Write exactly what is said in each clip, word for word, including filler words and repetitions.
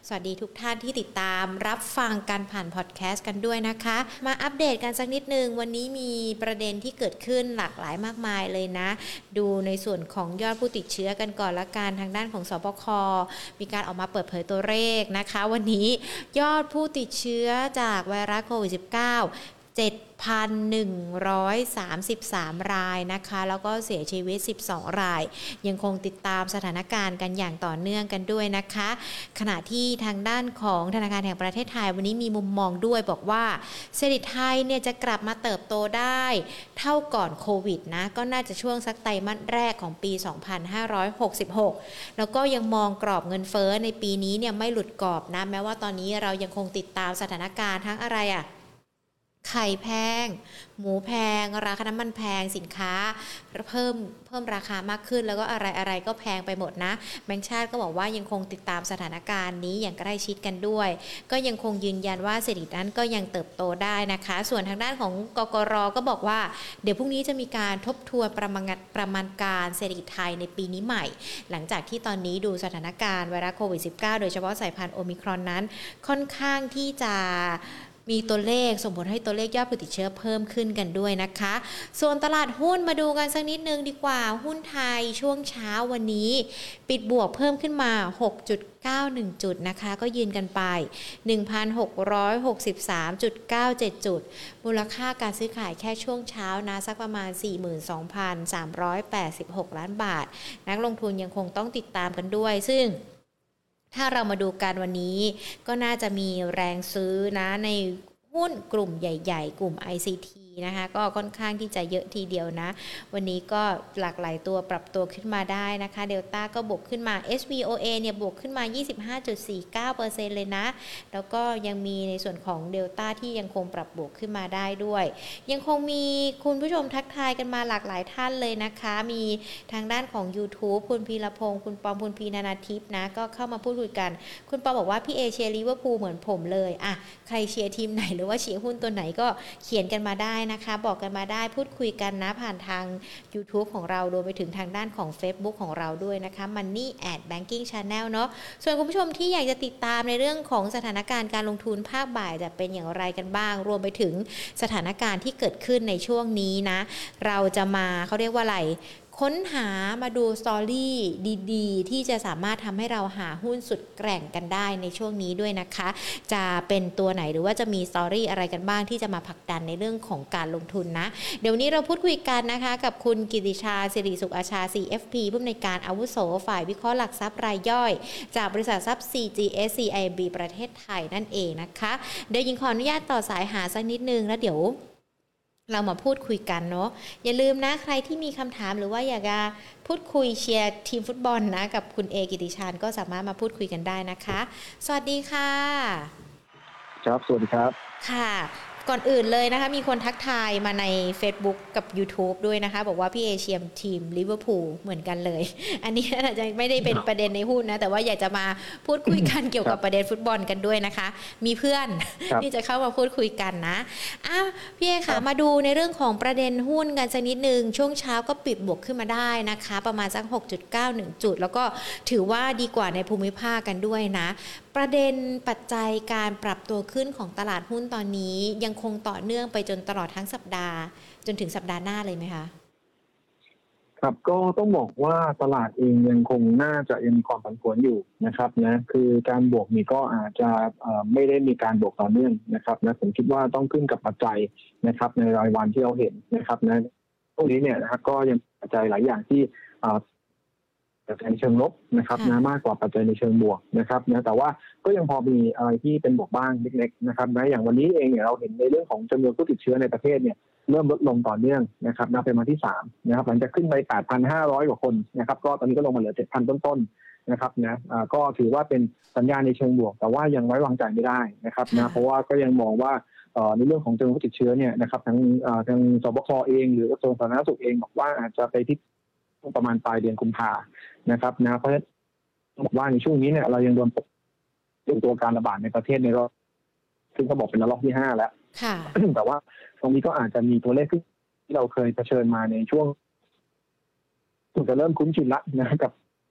สวัสดีทุกท่านที่ติดตามรับฟังการผ่านพอดแคสต์กันด้วยนะคะมาอัปเดตกันสักนิดนึงวันนี้มีประเด็นที่เกิดขึ้นหลากหลายมากมายเลยนะดูในส่วนของยอดผู้ติดเชื้อกันก่อนละกันทางด้านของสบคมีการออกมาเปิดเผยตัวเลขนะคะวันนี้ยอดผู้ติดเชื้อจากไวรัสโควิด สิบเก้า เจ็ดพันหนึ่งร้อยสามสิบสาม รายนะคะแล้วก็เสียชีวิตสิบสองรายยังคงติดตามสถานการณ์กันอย่างต่อเนื่องกันด้วยนะคะขณะที่ทางด้านของธนาคารแห่งประเทศไทยวันนี้มีมุมมองด้วยบอกว่าเศรษฐกิจไทยเนี่ยจะกลับมาเติบโตได้เท่าก่อนโควิดนะก็น่าจะช่วงสักไตรมาสแรกของปีสองพันห้าร้อยหกสิบหกแล้วก็ยังมองกรอบเงินเฟ้อในปีนี้เนี่ยไม่หลุดกรอบนะแม้ว่าตอนนี้เรายังคงติดตามสถานการณ์ทั้งอะไรอ่ะไข่แพงหมูแพงราคาน้ำมันแพงสินค้าเพิ่มเพิ่มราคามากขึ้นแล้วก็อะไรอะไรก็แพงไปหมดนะแบงก์ชาติก็บอกว่ายังคงติดตามสถานการณ์นี้อย่างใกล้ชิดกันด้วยก็ยังคงยืนยันว่าเศรษฐกิจนั้นก็ยังเติบโตได้นะคะส่วนทางด้านของกกร.ก็บอกว่าเดี๋ยวพรุ่งนี้จะมีการทบทวนประมาณประมาณการเศรษฐกิจไทยในปีนี้ใหม่หลังจากที่ตอนนี้ดูสถานการณ์ไวรัสโควิด สิบเก้า โดยเฉพาะสายพันธุ์โอมิครอนนั้นค่อนข้างที่จะมีตัวเลขส่งผลให้ตัวเลขยอดผู้ติดเชื้อเพิ่มขึ้นกันด้วยนะคะส่วนตลาดหุ้นมาดูกันสักนิดนึงดีกว่าหุ้นไทยช่วงเช้าวันนี้ปิดบวกเพิ่มขึ้นมา หกจุดเก้าหนึ่ง จุดนะคะก็ยืนกันไป หนึ่งพันหกร้อยหกสิบสามจุดเก้าเจ็ด จุดมูลค่าการซื้อขายแค่ช่วงเช้านะสักประมาณ สี่หมื่นสองพันสามร้อยแปดสิบหก ล้านบาทนักลงทุนยังคงต้องติดตามกันด้วยซึ่งถ้าเรามาดูกันวันนี้ก็น่าจะมีแรงซื้อนะในหุ้นกลุ่มใหญ่ๆกลุ่ม ไอ ซี ที นะคะก็ค่อนข้างที่จะเยอะทีเดียวนะวันนี้ก็หลากหลายตัวปรับตัวขึ้นมาได้นะคะเดลต้าก็บวกขึ้นมา เอส วี โอ เอ เนี่ยบวกขึ้นมา ยี่สิบห้าจุดสี่เก้าเปอร์เซ็นต์ เลยนะแล้วก็ยังมีในส่วนของเดลต้าที่ยังคงปรับบวกขึ้นมาได้ด้วยยังคงมีคุณผู้ชมทักทายกันมาหลากหลายท่านเลยนะคะมีทางด้านของ YouTube คุณพีรพงศ์คุณปอมคุณพีนานาทิพย์นะก็เข้ามาพูดคุยกันคุณปอมบอกว่าพี่เอเชียร์ลิเวอร์พูลเหมือนผมเลยอ่ะใครเชียร์ทีมไหนหรือว่าเชียร์หุ้นตัวไหนก็เขียนกันมาได้นะคะบอกกันมาได้พูดคุยกันนะผ่านทาง YouTube ของเรารวมไปถึงทางด้านของ Facebook ของเราด้วยนะคะ Money at Banking Channel เนาะส่วนคุณผู้ชมที่อยากจะติดตามในเรื่องของสถานการณ์การลงทุนภาคบ่ายจะเป็นอย่างไรกันบ้างรวมไปถึงสถานการณ์ที่เกิดขึ้นในช่วงนี้นะเราจะมาเขาเรียกว่าอะไรค้นหามาดูสตอรี่ดีๆที่จะสามารถทำให้เราหาหุ้นสุดแกร่งกันได้ในช่วงนี้ด้วยนะคะจะเป็นตัวไหนหรือว่าจะมีสตอรี่อะไรกันบ้างที่จะมาผลักดันในเรื่องของการลงทุนนะเดี๋ยวนี้เราพูดคุยกันนะคะกับคุณกิติชาสิริสุขอาชา ซี เอฟ พี ผู้อำนวยการอาวุโสฝ่ายวิเคราะห์หลักทรัพย์รายย่อยจากบริษัททรัพย์ ซี จี เอส ซี ไอ บี ประเทศไทยนั่นเองนะคะเดี๋ยวยิงขออนุญาตต่อสายหาสักนิดนึงแล้วเดี๋ยวเรามาพูดคุยกันเนาะอย่าลืมนะใครที่มีคำถามหรือว่าอยากจะพูดคุยเชียร์ทีมฟุตบอลนะกับคุณเอกิติชาญก็สามารถมาพูดคุยกันได้นะคะสวัสดีค่ะครับสวัสดีครับค่ะก่อนอื่นเลยนะคะมีคนทักทายมาใน Facebook กับ YouTube ด้วยนะคะบอกว่าพี่เอเชียร์ทีมลิเวอร์พูลเหมือนกันเลยอันนี้อาจจะไม่ได้เป็นประเด็นในหุ้นนะแต่ว่าอยากจะมาพูดคุยกันเกี่ยวกับประเด็นฟุตบอลกันด้วยนะคะมีเพื่อนที่จะเข้ามาพูดคุยกันนะอ้าวพี่เอค่ะมาดูในเรื่องของประเด็นหุ้นกันสักนิดนึงช่วงเช้าก็ปิดบวกขึ้นมาได้นะคะประมาณสัก หกจุดเก้าหนึ่ง จุดแล้วก็ถือว่าดีกว่าในภูมิภาคกันด้วยนะประเด็นปัจจัยการปรับตัวขึ้นของตลาดหุ้นตอนนี้ยังคงต่อเนื่องไปจนตลอดทั้งสัปดาห์จนถึงสัปดาห์หน้าเลยไหมคะครับก็ต้องบอกว่าตลาดเองยังคงน่าจะยังมีความผันผวนอยู่นะครับนะคือการบวกนี่ก็อาจจะไม่ได้มีการบวกต่อเนื่องนะครับนะผมคิดว่าต้องขึ้นกับปัจจัยนะครับในรายวันที่เราเห็นนะครับนะตรงนี้เนี่ยนะครับก็ยังปัจจัยหลายอย่างที่ปัจจัยในเชิงลบนะครับนะมากกว่าปัจจัยในเชิงบวกนะครับนะแต่ว่าก็ยังพอมีอะไรที่เป็นบวกบ้างเล็กๆนะครับนะอย่างวันนี้เองเนี่ยเราเห็นในเรื่องของจำนวนผู้ติดเชื้อในประเทศเนี่ยเริ่มลดลงต่อเนื่องนะครับนะเป็นวันที่สามนะครับหลังจากขึ้นไป แปดพันห้าร้อย กว่าคนนะครับก็ตอนนี้ก็ลงมาเหลือ เจ็ดพัน ต้นๆนะครับนะก็ถือว่าเป็นสัญญาณในเชิงบวกแต่ว่ายังไว้วางใจไม่ได้นะครับนะเพราะว่าก็ยังมองว่าในเรื่องของจำนวนผู้ติดเชื้อเนี่ยนะครับทั้งทางสบคเองหรือกระทรวงสาธารณสุขเองบอกว่าอาจจะไปที่ประมาณปลายเดือนกุมภานะครับนะเพราะฉะนั้นบอกว่าในช่วงนี้เนี่ยเรายังโดนปกปิดตัวการระบาดในประเทศในรอบซึ่งเขาบอกเป็นระลอกที่ห้าแล้วแต่ว่าตรงนี้ก็อาจจะมีตัวเลขที่เราเคยเผชิญมาในช่วงถึงจะเริ่มคุ้นชินละนะกับ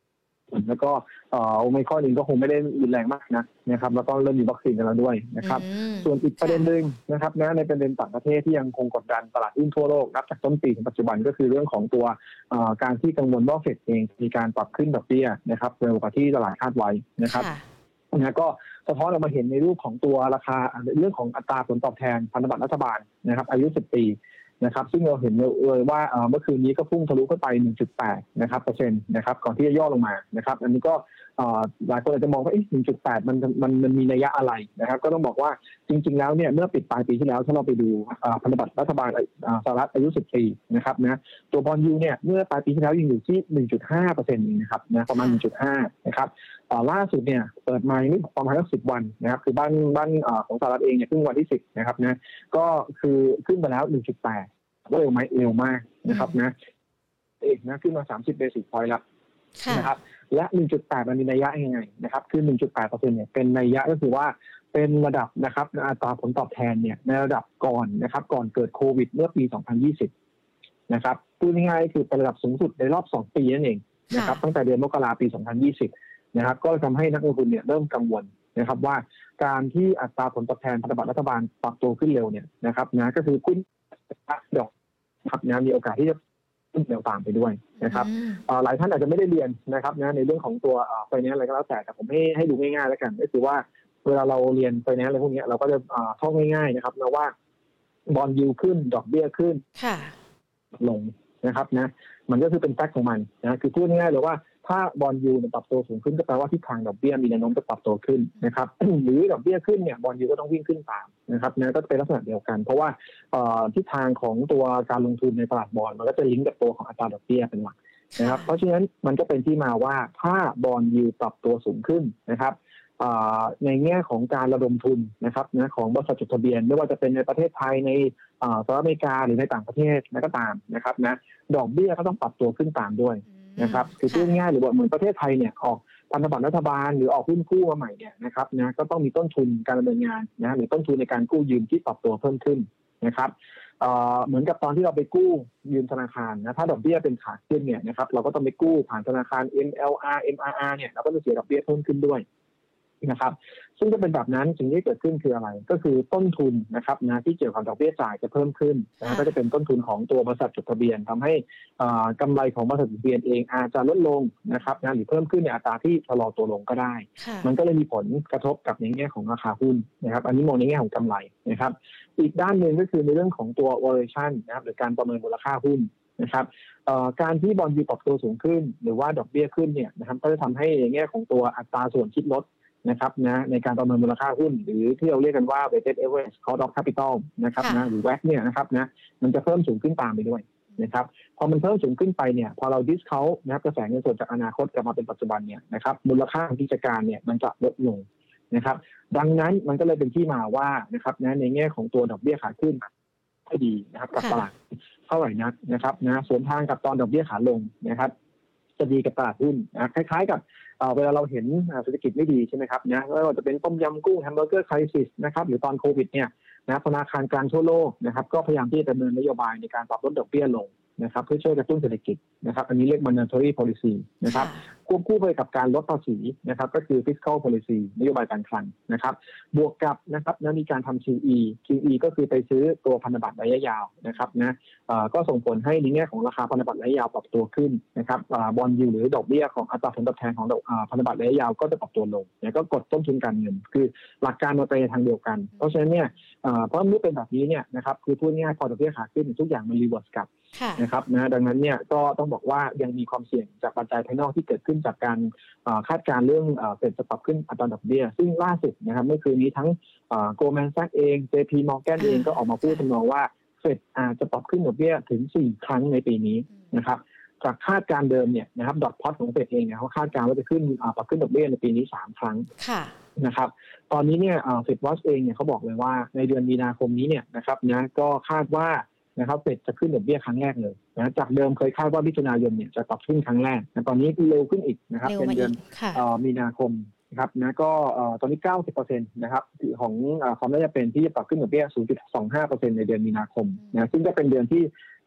แล้วก็โอไมครอนเองก็คงไม่ได้รุนแรงมากนะนะครับแล้วก็เริ่มมีวัคซีนกันแล้วด้วยนะครับส่วนอีกประเด็นนึงนะครับนะในประเด็นต่างประเทศที่ยังคงกดดันตลาดหุ้นทั่วโลกนับจากต้นปีถึงปัจจุบันก็คือเรื่องของตัวการที่กังวลว่าเฟดเองมีการปรับขึ้นดอกเบี้ยนะครับเร็วกว่าที่ตลาดคาดไว้นะครับนะก็สะท้อนออกมาเห็นในรูปของตัวราคาเรื่องของอัตราผลตอบแทนพันธบัตรรัฐบาลนะครับอายุสิบปีนะครับซึ่งเราเห็นเลยว่าเมื่อคืนนี้ก็พุ่งทะลุขึ้นไป หนึ่งจุดแปด นะครับเปอร์เซ็นต์นะครับก่อนที่จะย่อลงมานะครับอันนี้ก็หลายคนอาจจะมองว่า หนึ่งจุดแปด มันมันมันมีนัยยะอะไรนะครับก็ต้องบอกว่าจริงๆแล้วเนี่ยเมื่อปิดปลายปีที่แล้วถ้าเราไปดูพันธบัตรรัฐบาลสหรัฐอายุสิบปีนะครับนะตัวบอนด์ยิลด์เนี่ยเมื่อปลายปีที่แล้วยังอยู่ที่ หนึ่งจุดห้าเปอร์เซ็นต์ เองนะครับนะประมาณ หนึ่งจุดห้า นะครับล่าสุดเนี่ยเปิดมาไม่ประมาณสักสิบวันนะครับคือบ้านบ้านของสหรัฐเองเนี่ยเพิ่งวันที่สิบนะครับนะก็คือขึ้นไปแล้ว หนึ่งจุดแปดก็เร็วไหมเร็วมากนะครับนะเอกนะขึ้นมาสามสิบเบสิสพอยต์แล้วนะครับและ หนึ่งจุดแปด มันมีนัยยะยังไงนะครับคือ หนึ่งจุดแปดเปอร์เซ็นต์ เนี่ยเป็นนัยยะก็คือว่าเป็นระดับนะครับอัตราผลตอบแทนเนี่ยในระดับก่อนนะครับก่อนเกิดโควิดเมื่อปีสองพันยี่สิบนะครับพูดง่ายๆคือเป็นระดับสูงสุดในรอบสองปีนั่นเองนะครับตั้งแต่เดือนมกราคมปีสองพันยี่สิบนะครับก็ทำให้นักลงทุนเนี่ยเริ่มกังวลนะครับว่าการที่อัตราผลตอบแทนพันธบัตรรัฐบาลปรับตัวขึ้นเร็วเนี่ยนะครับนะก็คือขึ้นดอกครับนะมีโอกาสที่จะขึ้นเร็วตามไปด้วยนะครับหลายท่านอาจจะไม่ได้เรียนนะครับนะในเรื่องของตัวไฟแนนซ์อะไรก็แล้วแต่แต่ผมให้ให้ดูง่ายๆแล้วกันก็คือว่าเวลาเราเรียนไฟแนนซ์อะไรพวกนี้เราก็จะท่องง่ายๆนะครับนะว่าบอนด์ยิลด์ขึ้นดอกเบี้ยขึ้นลงนะครับนะมันก็คือเป็นแฟกต์ของมันนะคือพูดง่ายๆเลยว่าถ้าบอนด์ยิลด์ปรับตัวสูงขึ้นก็แปลว่าทิศทางดอกเบี้ยมีแนวโน้มจะปรับตัวขึ้นนะครับ หรือดอกเบี้ยขึ้นเนี่ยบอนด์ยิลด์ก็ต้องวิ่งขึ้นตามนะครับนะก็เป็นลักษณะเดียวกันเพราะว่าทิศทางของตัวการลงทุนในตลาดบอนด์มันก็จะลิงก์กับตัวของอัตราดอกเบี้ยเป็นหลักนะครับเพราะฉะนั้นมันก็เป็นที่มาว่าถ้าบอนด์ยิลด์ปรับตัวสูงขึ้นนะครับในแง่ของการระดมทุนนะครับนะของบริษัทจดทะเบียนไม่ว่าจะเป็นในประเทศไทยในสหรัฐอเมริกาหรือในต่างประเทศแล้วก็ตามนะครับนะดอกเบี้ยก็ต้องปรับตัวขึ้นตามด้วยนะครับคือพูดง่ายๆหรือว่าเหมือนประเทศไทยเนี่ยออกพันธบัตรรัฐบาลหรือออกหุ้นกู้มาใหม่เนี่ยนะครับนะก็ต้องมีต้นทุนการดำเนินงานนะหรือต้นทุนในการกู้ยืมที่ปรับตัวเพิ่มขึ้นนะครับเหมือนกับตอนที่เราไปกู้ยืมธนาคารนะถ้าดอกเบี้ยเป็นขาขึ้นเนี่ยนะครับเราก็ต้องไปกู้ผ่านธนาคาร เอ็ม แอล อาร์ เอ็ม อาร์ อาร์ เนี่ยเราก็จะเสียดอกเบี้ยเพิ่มขึ้นด้วยนะครับซึ่งจะเป็นแบบนั้นสิ่งที่เกิดขึ้นคืออะไรก็คือต้นทุนนะครับนะที่เกี่ยวกับดอกเบี้ยจ่ายจะเพิ่มขึ้นนะก็จะเป็นต้นทุนของตัวบริษัทจดทะเบียนทำให้กำไรของบริษัทจดทะเบียนเองอาจจะลดลงนะครับนะหรือเพิ่มขึ้นในอัตราที่ชะลอตัวลงก็ได้มันก็เลยมีผลกระทบกับในแง่ของราคาหุ้นนะครับอันนี้มองในแง่ของกำไรนะครับอีกด้านหนึ่งก็คือในเรื่องของตัว valuation นะครับหรือการประเมินมูลค่าหุ้นนะครับการที่บอนด์ยิลด์ปรับตัวสูงขึ้นหรือว่าดอกเบี้ยขึ้นเนี่ยนะครับก็จะทำให้ในแง่ของตัวอัตราส่วนคิดลดนะครับนะในการประเมินมูลค่าหุ้นหรือที่เราเรียกกันว่า weighted average cost of capital นะครับนะหรือ ดับเบิล เอ ซี เนี่ยนะครับนะมันจะเพิ่มสูงขึ้นตามไปด้วยนะครับพอมันเพิ่มสูงขึ้นไปเนี่ยพอเรา discount นะครับกระแสเงินสดจากอนาคตกลับมาเป็นปัจจุบันเนี่ยนะครับมูลค่าของกิจการเนี่ยมันจะลดลงนะครับดังนั้นมันก็เลยเป็นที่มาว่านะครับนะในแง่ของตัวดอกเบี้ยขาขึ้นไม่ดีนะครับกับตลาดเท่าไหร่นักนะครับนะสวนทางกับตอนดอกเบี้ยขาลงนะครับจะดีกับตลาดหุ้นนะคล้ายๆกับเวลาเราเห็นเศรษฐกิจไม่ดีใช่ไหมครับนะไม่ว่าจะเป็นต้มยำกุ้งแฮมเบอร์เกอร์ไครซิสนะครับหรือตอนโควิดเนี่ยนะธนาคารกลางทั่วโลกนะครับก็พยายามที่จะดำเนินนโยบายในการปรับลดดอกเบี้ยลงนะครับเพื่อช่วยกระตุ้นเศรษฐกิจนะครับอันนี้เรียก monetary policy นะครับควบคู่ไปกับการลดภาษีนะครับก็คือ fiscal policy นโยบายการคลังนะครับบวกกับนะครับแล้วมีการทำ คิว อี คิว อี ก็คือไปซื้อตัวพันธบัตรระยะยาวนะครับนะก็ส่งผลให้ในแง่ของราคาพันธบัตรระยะยาวปรับตัวขึ้นนะครับบอนด์ยิลด์หรือดอกเบี้ยของอัตราผลตอบแทนของพันธบัตรระยะยาวก็จะปรับตัวลงแล้วก็กดต้นทุนการเงินคือหลักการมันไปในทางเดียวกันเพราะฉะนั้นเนี่ยเพราะเมื่อเป็นแบบนี้เนี่ยนะครับคือพูดง่ายพอดอกเบี้ยขาขึ้นทุกอย่างมันรีเวิร์สกลับนะครับนะดังนั้นเนี่ยก็ต้องบอกว่ายังมีความเสี่ยงจากปัจจัยภายนอกที่เกิดขึ้นจากการคาดการณ์เรื่องเฟดจะปรับขึ้นอัตราดอกเบี้ยซึ่งล่าสุดนะครับเมื่อคืนนี้ทั้ง Goldman Sachs เอง เจ พี Morgan เองก็ออกมาพูดทำนองว่าเฟดอาจจะปรับขึ้นดอกเบี้ยถึงสี่ครั้งในปีนี้นะครับจากคาดการณ์เดิมเนี่ยนะครับดอทพอตของเฟดเองเนี่ยเขาคาดการณ์ว่าจะขึ้นปรับขึ้นดอกเบี้ยในปีนี้สามครั้งนะครับตอนนี้เนี่ยเฟดวอชเองเนี่ยเขาบอกเลยว่าในเดือนมีนาคมนี้เนี่ยนะครับนะก็คาดว่านะครับเฟดจะขึ้นดอกเบี้ยครั้งแรกเลยนะจากเดิมเคยคาดว่ามิถุนายนเนี่ยจะปรับขึ้นครั้งแรกนะตอนนี้เร็วขึ้นอีกนะครับเป็นเดือนมีนาคมนะครับนะก็ตอนนี้ เก้าสิบเปอร์เซ็นต์ นะครับของความน่าจะเป็นที่จะปรับขึ้นดอกเบี้ย ศูนย์จุดสองห้าเปอร์เซ็นต์ ในเดือนมีนาคมนะซึ่งจะเป็นเดือนที่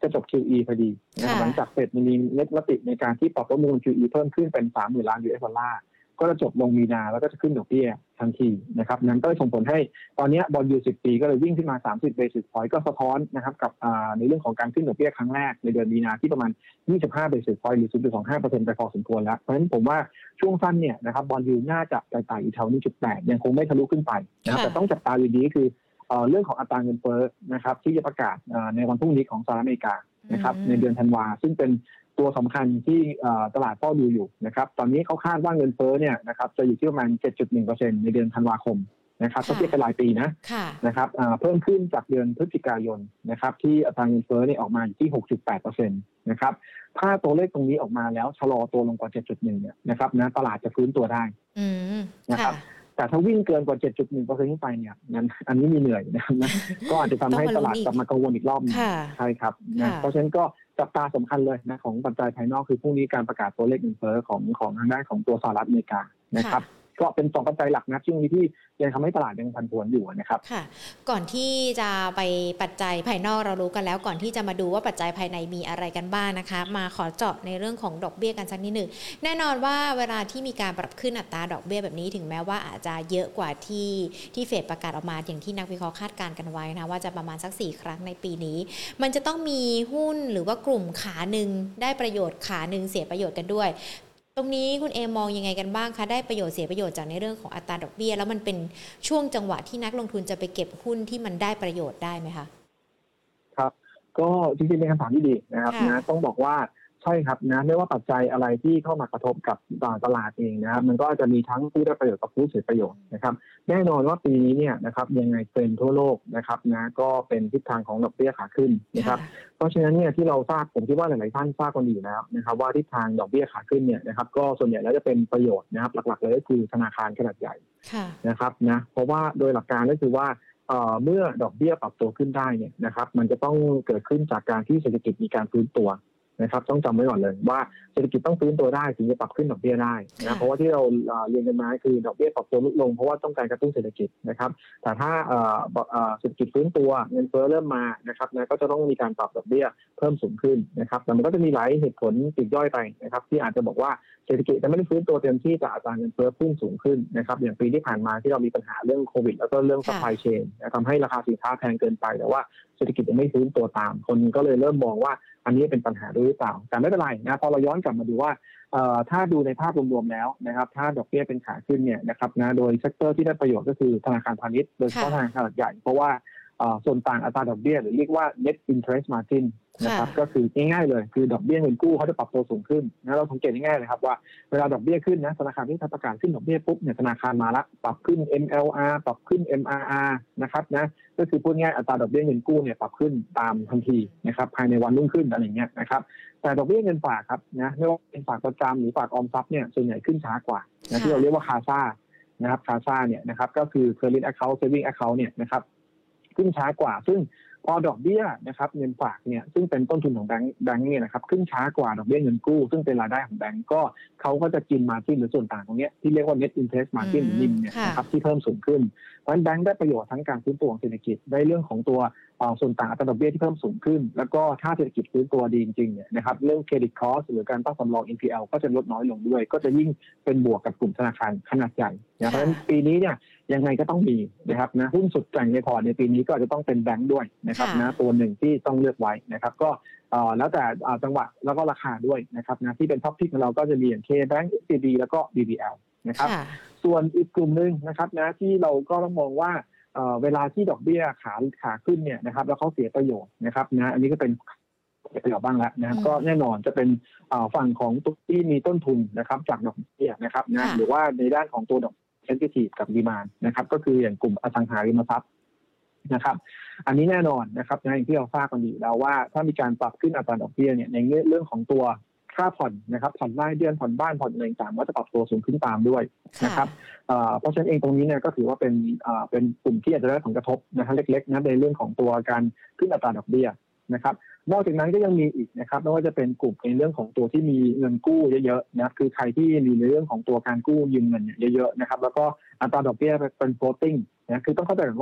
จะจบ คิว อี พอดีนะครับหลังจากเฟดมีมติในการที่ปรับลดวงเงิน คิว อี เพิ่มขึ้นเป็น สามหมื่น ล้าน ยู เอส ดอลลาร์ก็จะจบลงมีนาแล้วก็จะขึ้นดอกเบี้ยทันทีนะครับนั้นก็ส่งผลให้ตอนนี้บอนด์ยูสิบปีก็เลยวิ่งขึ้นมาสามสิบ basis point ก็สะท้อนนะครับกับในเรื่องของการขึ้นดอกเบี้ยครั้งแรกในเดือนมีนาที่ประมาณยี่สิบห้า basis point หรือ ศูนย์จุดสองห้าเปอร์เซ็นต์ ไปพอสมควรแล้วเพราะฉะนั้นผมว่าช่วงสั้นเนี่ยนะครับบอนด์ยูน่าจะไต่ๆอยู่แถว หนึ่งจุดแปด ยังคงไม่ทะลุขึ้นไปนะครับแต่ต้องจับตาดีๆคือเรื่องของอัตราเงินเฟ้อนะครับที่จะประกาศในวันพรุ่งนี้ของสหรัฐอเมริกานะครับในเดือนธันวาซึ่งเป็นตัวสำคัญที่ตลาดเฝ้าดูอยู่นะครับตอนนี้เขาคาดว่าเงินเฟ้อเนี่ยนะครับจะอยู่ที่ประมาณ เจ็ดจุดหนึ่งเปอร์เซ็นต์ ในเดือนธันวาคมนะครับถ้าเทียบเป็นรายปีนะนะครับเพิ่มขึ้นจากเดือนพฤศจิกายนนะครับที่อัตราเงินเฟ้อเนี่ยออกมาอยู่ที่ หกจุดแปดเปอร์เซ็นต์ นะครับถ้าตัวเลขตรงนี้ออกมาแล้วชะลอตัวลงกว่า เจ็ดจุดหนึ่ง เนี่ยนะครับนะตลาดจะฟื้นตัวได้นะครับแต่ถ้าวิ่งเกินกว่า เจ็ดจุดหนึ่งเปอร์เซ็นต์ ขึ้นไปเนี่ยนั้นอันนี้มีเหนื่อยนะครับนะก็อาจจะทำให้ตลาดกลับมากังวลอีกรอบนึงใช่ครับนะเพราะฉะนั้นก็จับตาสำคัญเลยนะของปัจจัยภายนอกคือพรุ่งนี้การประกาศตัวเลขเงินเฟ้อของของทางด้านของตัวสหรัฐอเมริกานะครับก็เป็นสองปัจจัยหลักนะช่วงนี้ที่ยังทำให้ตลาดยังผันผวนอยู่นะครับค่ะก่อนที่จะไปปัจจัยภายนอกเรารู้กันแล้วก่อนที่จะมาดูว่าปัจจัยภายในมีอะไรกันบ้างนะคะมาขอเจาะในเรื่องของดอกเบี้ยกันสักนิดหนึ่งแน่นอนว่าเวลาที่มีการปรับขึ้นอัตราดอกเบี้ยแบบนี้ถึงแม้ว่าอาจจะเยอะกว่าที่ที่เฟดประกาศออกมาอย่างที่นักวิเคราะห์คาดการณ์กันไว้นะว่าจะประมาณสักสี่ครั้งในปีนี้มันจะต้องมีหุ้นหรือว่ากลุ่มขาหนึ่งได้ประโยชน์ขาหนึ่งเสียประโยชน์กันด้วยตรงนี้คุณเอมองยังไงกันบ้างคะได้ประโยชน์เสียประโยชน์จากในเรื่องของอัตราดอกเบี้ยแล้วมันเป็นช่วงจังหวะที่นักลงทุนจะไปเก็บหุ้นที่มันได้ประโยชน์ได้ไหมคะครับก็จริงๆเป็นคำถามที่ดีนะครับนะต้องบอกว่าใช่ครับนะไม่ว่าปัจจัยอะไรที่เข้ามากระทบกับตลาดเองนะครับมันก็จะมีทั้งผู้ได้ประโยชน์กับผู้เสียประโยชน์นะครับแน่นอนว่าปีนี้เนี่ยนะครับยังไงเทรนด์ทั่วโลกนะครับนะก็เป็นทิศทางของดอกเบี้ยขาขึ้นนะครับเพราะฉะนั้นเนี่ยที่เราทราบผมคิดว่าหลายๆท่านทราบกันอยู่แล้วนะครับว่าทิศทางดอกเบี้ยขาขึ้นเนี่ยนะครับก็ส่วนใหญ่แล้วจะเป็นประโยชน์นะครับหลักๆเลยก็คือธนาคารขนาดใหญ่นะครับนะเพราะว่าโดยหลักการก็คือว่าเมื่อดอกเบี้ยปรับตัวขึ้นได้เนี่ยนะครับมันจะต้องเกิดขึ้นจากการที่เศรษฐกิจมีการฟื้นตัวนะครับต้องจำไว้ก่อนเลยว่าเศรษฐกิจต้องฟื้นตัวได้ถึงจะปรับขึ้นดอกเบี้ยได้นะเพราะว่าที่เราเรียนกันมาคือดอกเบี้ยปรับตัวลดลงเพราะว่าต้องการกระตุ้นเศรษฐกิจนะครับแต่ถ้าเศรษฐกิจฟื้นตัวเงินเฟ้อเริ่มมานะครับนะก็จะต้องมีการปรับดอกเบี้ยเพิ่มสูงขึ้นนะครับแต่มันก็จะมีหลายเหตุผลปลีกย่อยไปนะครับที่อาจจะบอกว่าเศรษฐกิจจะไม่ได้ฟื้นตัวเต็มที่แต่อัตราเงินเฟ้อพุ่งสูงขึ้นนะครับอย่างปีที่ผ่านมาที่เรามีปัญหาเรื่องโควิดแล้วก็เรื่อง supply chain ทำให้ราคาสินค้าแพงเกินไปแต่ว่าเศรษฐกิจยังไม่ฟื้นตัวตามคนก็เลยเริ่มมองว่าอันนี้เป็นปัญหาด้วยหรือเปล่าแต่ไม่เป็นไรนะพอเราย้อนกลับมาดูว่าถ้าดูในภาพรวมๆแล้วนะครับถ้าดอกเบี้ยเป็นขาขึ้นเนี่ยนะครับนะโดยเซกเตอร์ที่ได้ประโยชน์ก็คือธนาคารพาณิชย์โดยเฉพาะธนาคารขนาดใหญ่เพราะว่าส่วนต่างอัตราดอกเบี้ยหรือเรียกว่า net interest margin นะครับก็คือง่ายๆเลยคือดอกเบี้ยเงินกู้เขาจะปรับตัวสูงขึ้นนะเราสังเกตง่ายๆเลยครับว่าเวลาดอกเบี้ยขึ้นนะธนาคารที่ประกาศขึ้นดอกเบี้ยปุ๊บเนี่ยธนาคารมาละปรับขึ้น เอ็ม แอล อาร์ ปรับขึ้น เอ็ม อาร์ อาร์ นะครับนะก็คือพูดง่ายอัตราดอกเบี้ยเงินกู้เนี่ยปรับขึ้นตามทันทีนะครับภายในวันรุ่งขึ้นอะไรอย่างเงี้ยนะครับแต่ดอกเบี้ยเงินฝากครับนะไม่ว่าเป็นฝากประจำหรือฝากออมทรัพย์เนี่ยส่วนใหญ่ขึ้นช้ากว่านะที่เราเรียกว่าคาซ่านะครับคาซ่าเนี่ยนะครับก็คือ current account saving account เนี่ยนะครับขึ้นช้ากว่าซึ่งพอดอกเบี้ยนะครับเงินฝากเนี่ยซึ่งเป็นต้นทุนของแบงก์แบงก์เนี่ยนะครับขึ้นช้ากว่าดอกเบี้ยเงินกู้ซึ่งเป็นรายได้ของแบงก์ก็เขาก็จะกินมาร์จิ้นหรือส่วนต่างตรงนี้ที่เรียกว่า net interest margin หรือ นิม เนี่ยนะครับที่เพิ่มสูงขึ้นเพราะฉะนั้นแบงก์ได้ประโยชน์ทั้งการฟื้นตัวของเศรษฐกิจได้เรื่องของตัวส่วนต่างอัตราดอกเบี้ยที่เพิ่มสูงขึ้นแล้วก็ถ้าเศรษฐกิจฟื้นตัวดีจริงๆเนี่ยนะครับเรื่องเครดิตคอสหรือการตั้งสำรอง เอ็น พี แอล ก็จะลดน้อยลงด้วยก็จะยิ่งเป็นบวกกับกลุ่มธนาคารขนาดใหญ่นะเพราะฉะนั้นปีนี้เนี่ยยังไงก็ต้องมีนะครับนะหุ้นสุดแกร่งในพอร์ตในปีนี้ก็อาจจะต้องเป็นแบงก์ด้วยนะครับนะตัวหนึ่งที่ต้องเลือกไว้นะครับก็แล้วแต่จังหวะแล้วก็ราคาด้วยนะครับนะที่เป็นท็อปพิกของเราก็จะมีอย่าง K-Bank เอส ซี บี แล้วก็ บี บี แอล นะครับส่วนอีกกลุ่มนึงนะครับนะที่เราก็ต้องมองว่าเวลาที่ดอกเบี้ยขาขาขึ้นเนี่ยนะครับแล้วเขาเสียประโยชน์นะครับนะอันนี้ก็เป็นเสียประโยชน์บ้างแล้วนะครับก็แน่นอนจะเป็นฝั่งของตัวที่มีต้นทุนนะครับจากดอกเบี้ยนะครับนะหรือว่าในด้านของตัวดอกเซนซิทีฟกับดีมานด์นะครับก็คืออย่างกลุ่มอสังหาริมทรัพย์นะครับอันนี้แน่นอนนะครับนะอย่างที่เราทราบกันอยู่แล้วว่าถ้ามีการปรับขึ้นอัตราดอกเบี้ยเนี่ยในเรื่องของตัวค่าผ่อนนะครับผ่อนรายเดือนผ่อนบ้านผ่อนอะไรต่างๆก็จะปรับตัวสูงขึ้นตามด้วยนะครับเพราะฉะนั้นเองตรงนี้เนี่ยก็ถือว่าเป็นเป็นกลุ่มที่อาจจะได้ผลกระทบนะฮะเล็กๆนะในเรื่องของตัวการขึ้นอัตราดอกเบี้ยนะครับนอกจากนั้นก็ยังมีอีกนะครับไม่ว่าจะเป็นกลุ่มในเรื่องของตัวที่มีเงินกู้เยอะๆนะคือใครที่มีในเรื่องของตัวการกู้ยืมเงินเยอะๆนะครับแล้วก็อัตราดอกเบี้ยเป็น floating นะคือต้องเข้าใจกันว่า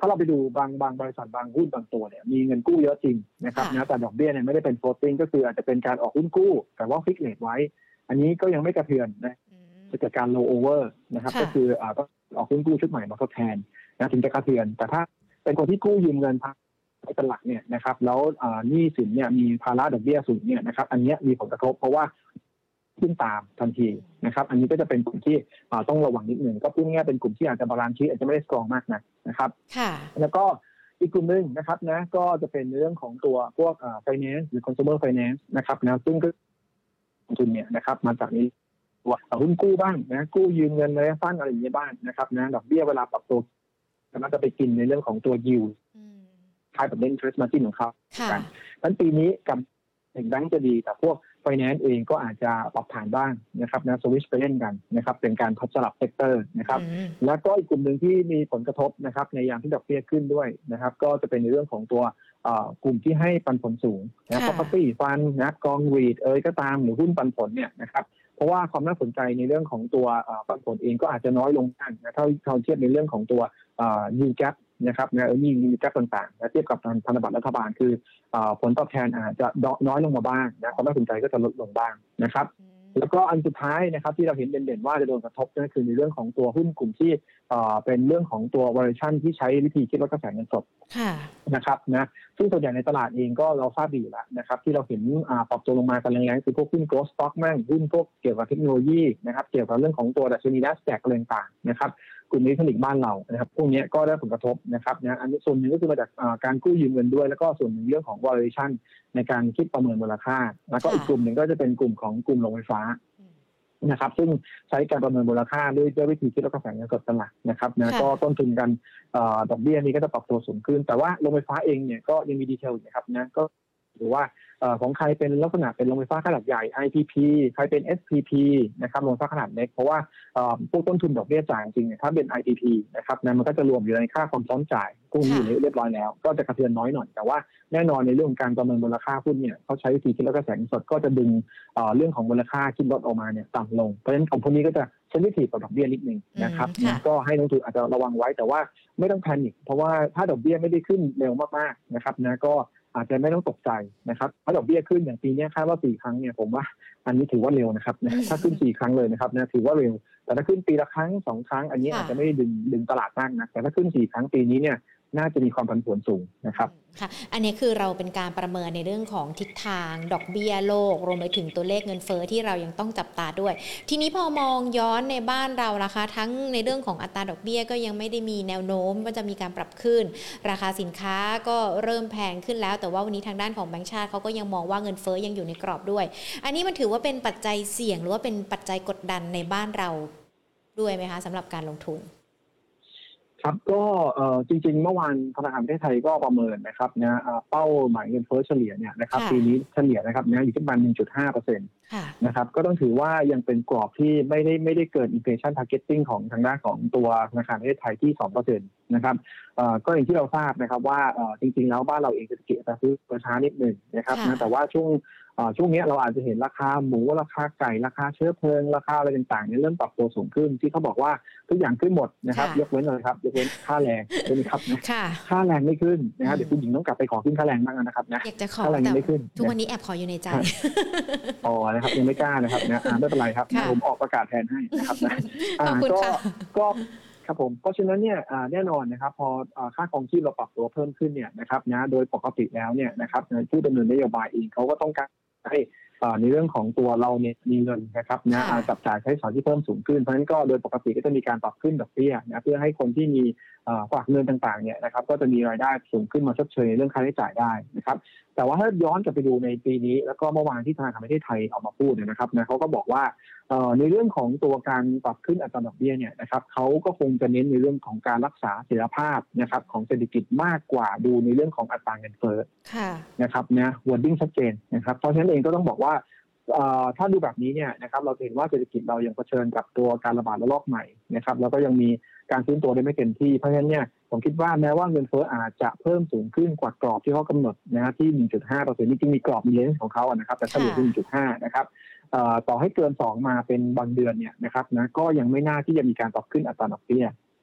ถ้าเราไปดูบางบางบริษัทบางหุ้นบางตัวเนี่ยมีเงินกู้เยอะจริงนะครับนะแต่ดอกเบี้ยเนี่ยไม่ได้เป็น floating ก็คืออาจจะเป็นการออกหุ้นกู้แต่ว่า fix rate ไว้อันนี้ก็ยังไม่กระเทือนนะจะเกิดการ roll over นะครับก็คืออ่าต้องออกหุ้นกู้ชุดใหม่มาทดแทนนะถึงจะกระเทือนแต่ถ้าเป็นคนที่กู้ยืมเงินเป็นหลักเนี่ยนะครับแล้วหนี้สินเนี่ยมีภาระดอกเบี้ยสูงเนี่ยนะครับอันนี้มีผลกระทบเพราะว่าขึ้นตามทันทีนะครับอันนี้ก็จะเป็นกลุ่มที่ต้องระวังนิดหนึ่งก็พูดง่ายๆเป็นกลุ่มที่อาจจะบาลานซ์ชีทอาจจะไม่ได้สตรองมากนะนะครับแล้วก็อีกกลุ่มนึงนะครับนะก็จะเป็นเรื่องของตัวพวก finance หรือ consumer finance นะครับนะซึ่งก็ทุนเนี่ยนะครับมาจากนี้ตัวหุ้นกู้บ้างนะกู้ยืมเงินระยะสั้นอะไรอย่างเงี้ยบ้างนะครับนะดอกเบี้ยเวลาปรับตัวมันจะไปกินในเรื่องของตัว yield คล้ายแบบ net interest margin ของเขากันดังนั้นปีนี้กับถึงแบงก์จะดีแต่พวก finance เองก็อาจจะปรับฐานบ้างนะครับนะสวิชไปเล่นกันนะครับเป็นการทดสลับเซกเตอร์นะครับแล้วก็อีกกลุ่มหนึ่งที่มีผลกระทบนะครับในยามที่ดอกเบี้ยขึ้นด้วยนะครับก็จะเป็นในเรื่องของตัวกลุ่มที่ให้ปันผลสูงนะ property fund นะกอง REIT เอ่ยก็ตามหรือหุ้นปันผลเนี่ยนะครับเพราะว่าความน่าสนใจในเรื่องของตัวปันผลเองก็อาจจะน้อยลงบ้างนะถ้าเราเทียบในเรื่องของตัว yield gap นะครับนะเออร์เน็งมีแกลบต่างๆเทียบกับพันธบัตรรัฐบาลคือผลตอบแทนอาจจะน้อยลงมาบ้างนะความน่าสนใจก็จะลดลงบ้างนะครับแล้วก็อันสุดท้ายนะครับที่เราเห็นเด่นๆว่าจะโดนกระทบนั่นคือในเรื่องของตัวหุ้นกลุ่มที่เป็นเรื่องของตัว valuation ที่ใช้วิธีคิดลดกระแสเงินสดนะครับนะซึ่งส่วนใหญ่ในตลาดเองก็เราทราบดีอยู่แล้วนะครับที่เราเห็นปรับตัวลงมากันแรงๆคือพวกหุ้น growth stock มั่งหุ้นพวกเกี่ยวกับเทคโนโลยีนะครับเกี่ยวกับเรื่องของตัวดัชนี NASDAQ อะไรต่างๆนะครับกลุ่มนี้ผลิตบ้านเรานะครับพวกนี้ก็ได้ผลกระทบนะครับนะอันนี้ส่วนหนึ่งก็คือมาจากการกู้ยืมเงินด้วยแล้วก็ส่วนหนึ่งเรื่องของ valuation ในการคิดประเมินมูลค่าแล้วก็อีกกลุ่มหนึ่งก็จะเป็นกลุ่มของกลุ่มโรงไฟฟ้านะครับซึ่งใช้การประเมินมูลค่าด้วยด้วยวิธีคิดลดกระแสเงินสดเป็นหลักนะครับนะก็ต้นทุนกันดอกเบี้ยนี้ก็จะปรับตัวสูงขึ้นแต่ว่าโรงไฟฟ้าเองเนี่ยก็ยังมีดีเทลอยู่นะครับนะก็หรือว่าของใครเป็นลักษณะเป็นโรงไฟฟ้าขนาดใหญ่ ไอ พี พี ใครเป็น เอส พี พี นะครับโรงไฟฟ้าขนาดเล็กเพราะว่าพวกต้นทุนดอกเบี้ยจ่ายจริงๆถ้าเป็น ไอ พี พี นะครับนะมันก็จะรวมอยู่ในค่าความพร้อมจ่ายพวกนี้อยู่เรียบร้อยแล้วก็จะกระเทือนน้อยหน่อยแต่ว่าแน่นอนในเรื่องของการประเมินมูลค่าหุ้นเนี่ยเขาใช้วิธีคิดลดกระแสเงินสดก็จะดึงเรื่องของมูลค่าคิดลดออกมาเนี่ยต่ำลงเพราะฉะนั้นของพวกนี้ก็จะเซนซิทีฟกับดอกเบี้ยนิดนึงนะครับก็ให้นักลงทุนอาจจะระวังไว้แต่ว่าไม่ต้องแพนิคเพราะว่าถ้าดอกเบี้ยไม่ได้ขึ้นเร็วมากๆนะครับนะก็อาจจะไม่ต้องตกใจนะครับถ้าดอกเบี้ยขึ้นอย่างปีนี้คาดว่าสี่ครั้งเนี่ยผมว่าอันนี้ถือว่าเร็วนะครับถ้าขึ้นสี่ครั้งเลยนะครับนะถือว่าเร็วแต่ถ้าขึ้นปีละครั้งสองครั้งอันนี้อาจจะไม่ได้ดึงดึงตลาดมากนะแต่ถ้าขึ้นสี่ครั้งปีนี้เนี่ยน่าจะมีความผันผวนสูงนะครับค่ะอันนี้คือเราเป็นการประเมินในเรื่องของทิศทางดอกเบี้ยโลกรวมไปถึงตัวเลขเงินเฟ้อที่เรายังต้องจับตาด้วยทีนี้พอมองย้อนในบ้านเรานะคะทั้งในเรื่องของอัตราดอกเบี้ยก็ยังไม่ได้มีแนวโน้มว่าจะมีการปรับขึ้นราคาสินค้าก็เริ่มแพงขึ้นแล้วแต่ว่าวันนี้ทางด้านของแบงก์ชาติเขาก็ยังมองว่าเงินเฟ้อยังอยู่ในกรอบด้วยอันนี้มันถือว่าเป็นปัจจัยเสี่ยงหรือว่าเป็นปัจจัยกดดันในบ้านเราด้วยไหมคะสำหรับการลงทุนครับก็จริงๆเมื่อวานธนาคารประเทศไทยก็ประเมินนะครับนะเป้าหมายเงินเฟ้อเฉลี่ยเนี่ยนะครับปีนี้เฉลี่ยนะครับนะอยู่ที่ประมาณ หนึ่งจุดห้าเปอร์เซ็นต์ นะครับก็ต้องถือว่ายังเป็นกรอบที่ไม่ได้ไม่ได้เกิน inflation targeting ของทางด้านของตัวธนาคารประเทศไทยที่ สองเปอร์เซ็นต์ นะครับก็อย่างที่เราทราบนะครับว่าจริงๆแล้วบ้านเราเองเศรษฐกิจจะซื้อช้านิดหนึ่งนะครับนะแต่ว่าช่วงช่วงนี้เราอาจจะเห็นราคาหมูราคาไก่ราคาเชื้อเพลิงราคาอะไรต่างๆเนี่ยเริ่มปรับตัวสูงขึ้นที่เขาบอกว่าทุกอย่างขึ้นหมดนะครับยกเว้นเลยครับยกเว้นค่าแรงใช่ไหมครับค่าแรงไม่ขึ้นนะครับเดี๋ยวคุณหญิงต้องกลับไปขอขึ้นค่าแรงบ้างนะครับนะค่าแรงไม่ขึ้นทุกวันนี้แอบขออยู่ในใจอ๋อนะครับยังไม่กล้านะครับนะไม่เป็นไรครับผมออกประกาศแทนให้นะครับนะก็ก็ครับผมเพราะฉะนั้นเนี่ยแน่นอนนะครับพอค่าครองชีพเราปรับตัวเพิ่มขึ้นเนี่ยนะครับนะโดยปกติแล้วเนี่ยนะครับผู้ดำเนินนโยบายเองเขาก็ต้องการให้ในเรื่องของตัวเราเนี่ยมีเงินนะครับนะจับจ่ายใช้สอยที่เพิ่มสูงขึ้นเพราะฉะนั้นก็โดยปกติก็จะมีการปรับขึ้นดอกเบี้ยนะเพื่อให้คนที่มีฝากเงินต่างๆเนี่ยนะครับก็จะมีรายได้สูงขึ้นมาชดเชยเรื่องค่าใช้จ่ายได้นะครับแต่ว่าถ้าย้อนกลับไปดูในปีนี้แล้วก็เมื่อวานที่ธนาคารประเทศไทยออกมาพูดเนี่ยนะครับนะเขาก็บอกว่าในเรื่องของตัวการปรับขึ้นอัตราดอกเบี้ยเนี่ยนะครับเขาก็คงจะเน้นในเรื่องของการรักษาเสถียรภาพนะครับของเศรษฐกิจมากกว่าดูในเรื่องของอัตราเงินเฟ้อนะครับนะวอร์ดดิ้งชัดเจนนะครับเพราะฉะนั้นเองก็ต้องบอกว่าถ้าดูแบบนี้เนี่ยนะครับเราเห็นว่าเศรษฐกิจเรายังเผชิญกับตัวการระบาดระลอกใหม่นะครับแล้วก็ยังมีการฟื้นตัวได้ไม่เต็มที่เพราะฉะนั้นเนี่ยผมคิดว่าแม้ว่าเงินเฟ้ออาจจะเพิ่มสูงขึ้นกว่ากรอบที่เขากำหนดนะที่ หนึ่งจุดห้าเปอร์เซ็นต์ จริงๆมีกรอบมีเลนส์ของเขานะครับแต่เฉลี่ย หนึ่งจุดห้า นะครับต่อให้เกินสองมาเป็นบางเดือนเนี่ยนะครับนะก็ยังไม่น่าที่จะมีการปรับขึ้นอัตราดอกเบี้ยนะครับ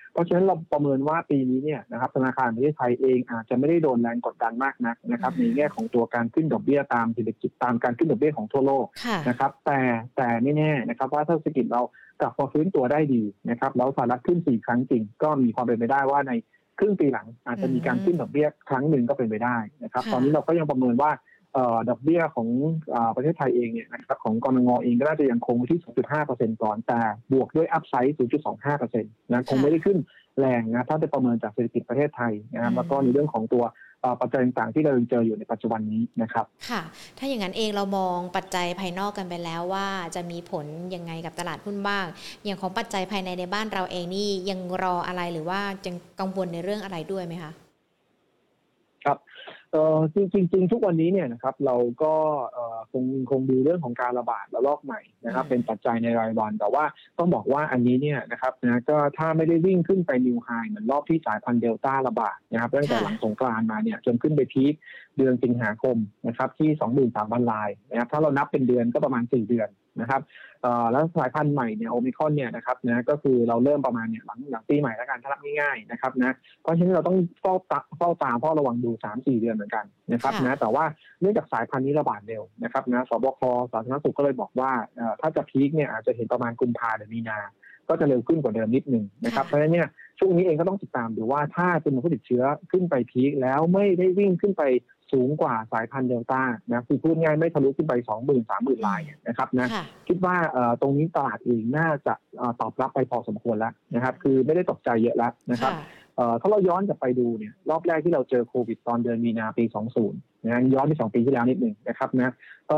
เพราะฉะนั้นเราประเมินว่าปีนี้เนี่ยนะครับธนาคารประเทศไทยเองอาจจะไม่ได้โดนแรงกดดันมากนักนะครับในแง่ของตัวการขึ้นดอกเบี้ยตามเศรษฐกิจตามการขึ้นดอกเบี้ยของทั่วโลกนะครับแต่แต่ไม่แน่นะครับว่าถ้าเศรษฐกิจเรากลับมาฟื้นตัวได้ดีนะครับแล้วสหรัฐขึ้นสี่ครั้งจริงก็มีความเป็นไปได้ว่าในครึ่งปีหลังอาจจะมีการขึ้นดอกเบี้ยครั้งหนึ่งก็เป็นไปได้นะครับตอนนี้เราก็ยังประเมินว่าดอกเบี้ยของประเทศไทยเองเนี่ยนะครับของกนง.เองก็น่าจะยังคงที่ ศูนย์จุดห้าเปอร์เซ็นต์ ก่อนแต่บวกด้วยอัพไซด์ ศูนย์จุดสองห้าเปอร์เซ็นต์ นะคงไม่ได้ขึ้นแรงนะถ้าจะประเมินจากเศรษฐกิจประเทศไทยนะครับแล้วก็ในเรื่องของตัวปัจจัยต่างๆที่เราเจออยู่ในปัจจุบันนี้นะครับค่ะถ้าอย่างนั้นเองเรามองปัจจัยภายนอกกันไปแล้วว่าจะมีผลยังไงกับตลาดหุ้นบ้างอย่างของปัจจัยภายในในบ้านเราเองนี่ยังรออะไรหรือว่ายังกังวลในเรื่องอะไรด้วยไหมคะครับเอ่อจริงๆจริงทุกวันนี้เนี่ยนะครับเราก็เอ่อคงคงดูเรื่องของการระบาดระลอกใหม่นะครับเป็นปัจจัยในรายวันแต่ว่าต้องบอกว่าอันนี้เนี่ยนะครับนะก็ถ้าไม่ได้วิ่งขึ้นไปนิวไฮเหมือนรอบที่สายพันธุ์เดลต้าระบาดนะครับตั้งแต่หลังสงกรานต์มาเนี่ยจนขึ้นไปพีคเดือนสิงหาคมนะครับที่ สองหมื่นสามพัน รายนะครับถ้าเรานับเป็นเดือนก็ประมาณสี่เดือนนะครับเอ่อแล้วสายพันธุ์ใหม่เนี่ยโอมิครอนเนี่ยนะครับนะก็คือเราเริ่มประมาณเนี่ยหลังหลังปีใหม่แล้วกันถ้านับง่ายๆนะครับนะเพราะฉะนั้นเราต้องเฝ้าตาเฝ้าตามเฝ้าระวังดู สามถึงสี่ เดือนเหมือนกันนะครับนะแต่ว่าเนื่องจากสายพันธุ์นี้ระบาดเร็วนะครับนะสบคสาธารณสุขก็เลยบอกว่าเอ่อถ้าจะพีคเนี่ยอาจจะเห็นประมาณกุมภาพันธ์หรือมีนาก็จะเร็วขึ้นกว่าเดิมนิดนึงนะครับเพราะฉะนั้นเนี่ยช่วงนี้เองก็ต้องติดตามดูว่าถ้าจำนวนผู้ติดเชื้อขึ้นไปพีคแล้วไม่ได้วิ่งขึ้นไปสูงกว่าสายพันธุ์เดลต้านะคือพูดง่ายไม่ทะลุขึ้นไป สองหมื่น สามหมื่น รายนะครับนะคิดว่าตรงนี้ตลาดเองน่าจะตอบรับไปพอสมควรแล้วนะครับคือไม่ได้ตกใจเยอะแล้วนะครับถ้าเราย้อนกลับไปดูเนี่ยรอบแรกที่เราเจอโควิดตอนเดือนมีนาปีสองสิบนะย้อนไปสองปีที่แล้วนิดนึงนะครับนะก็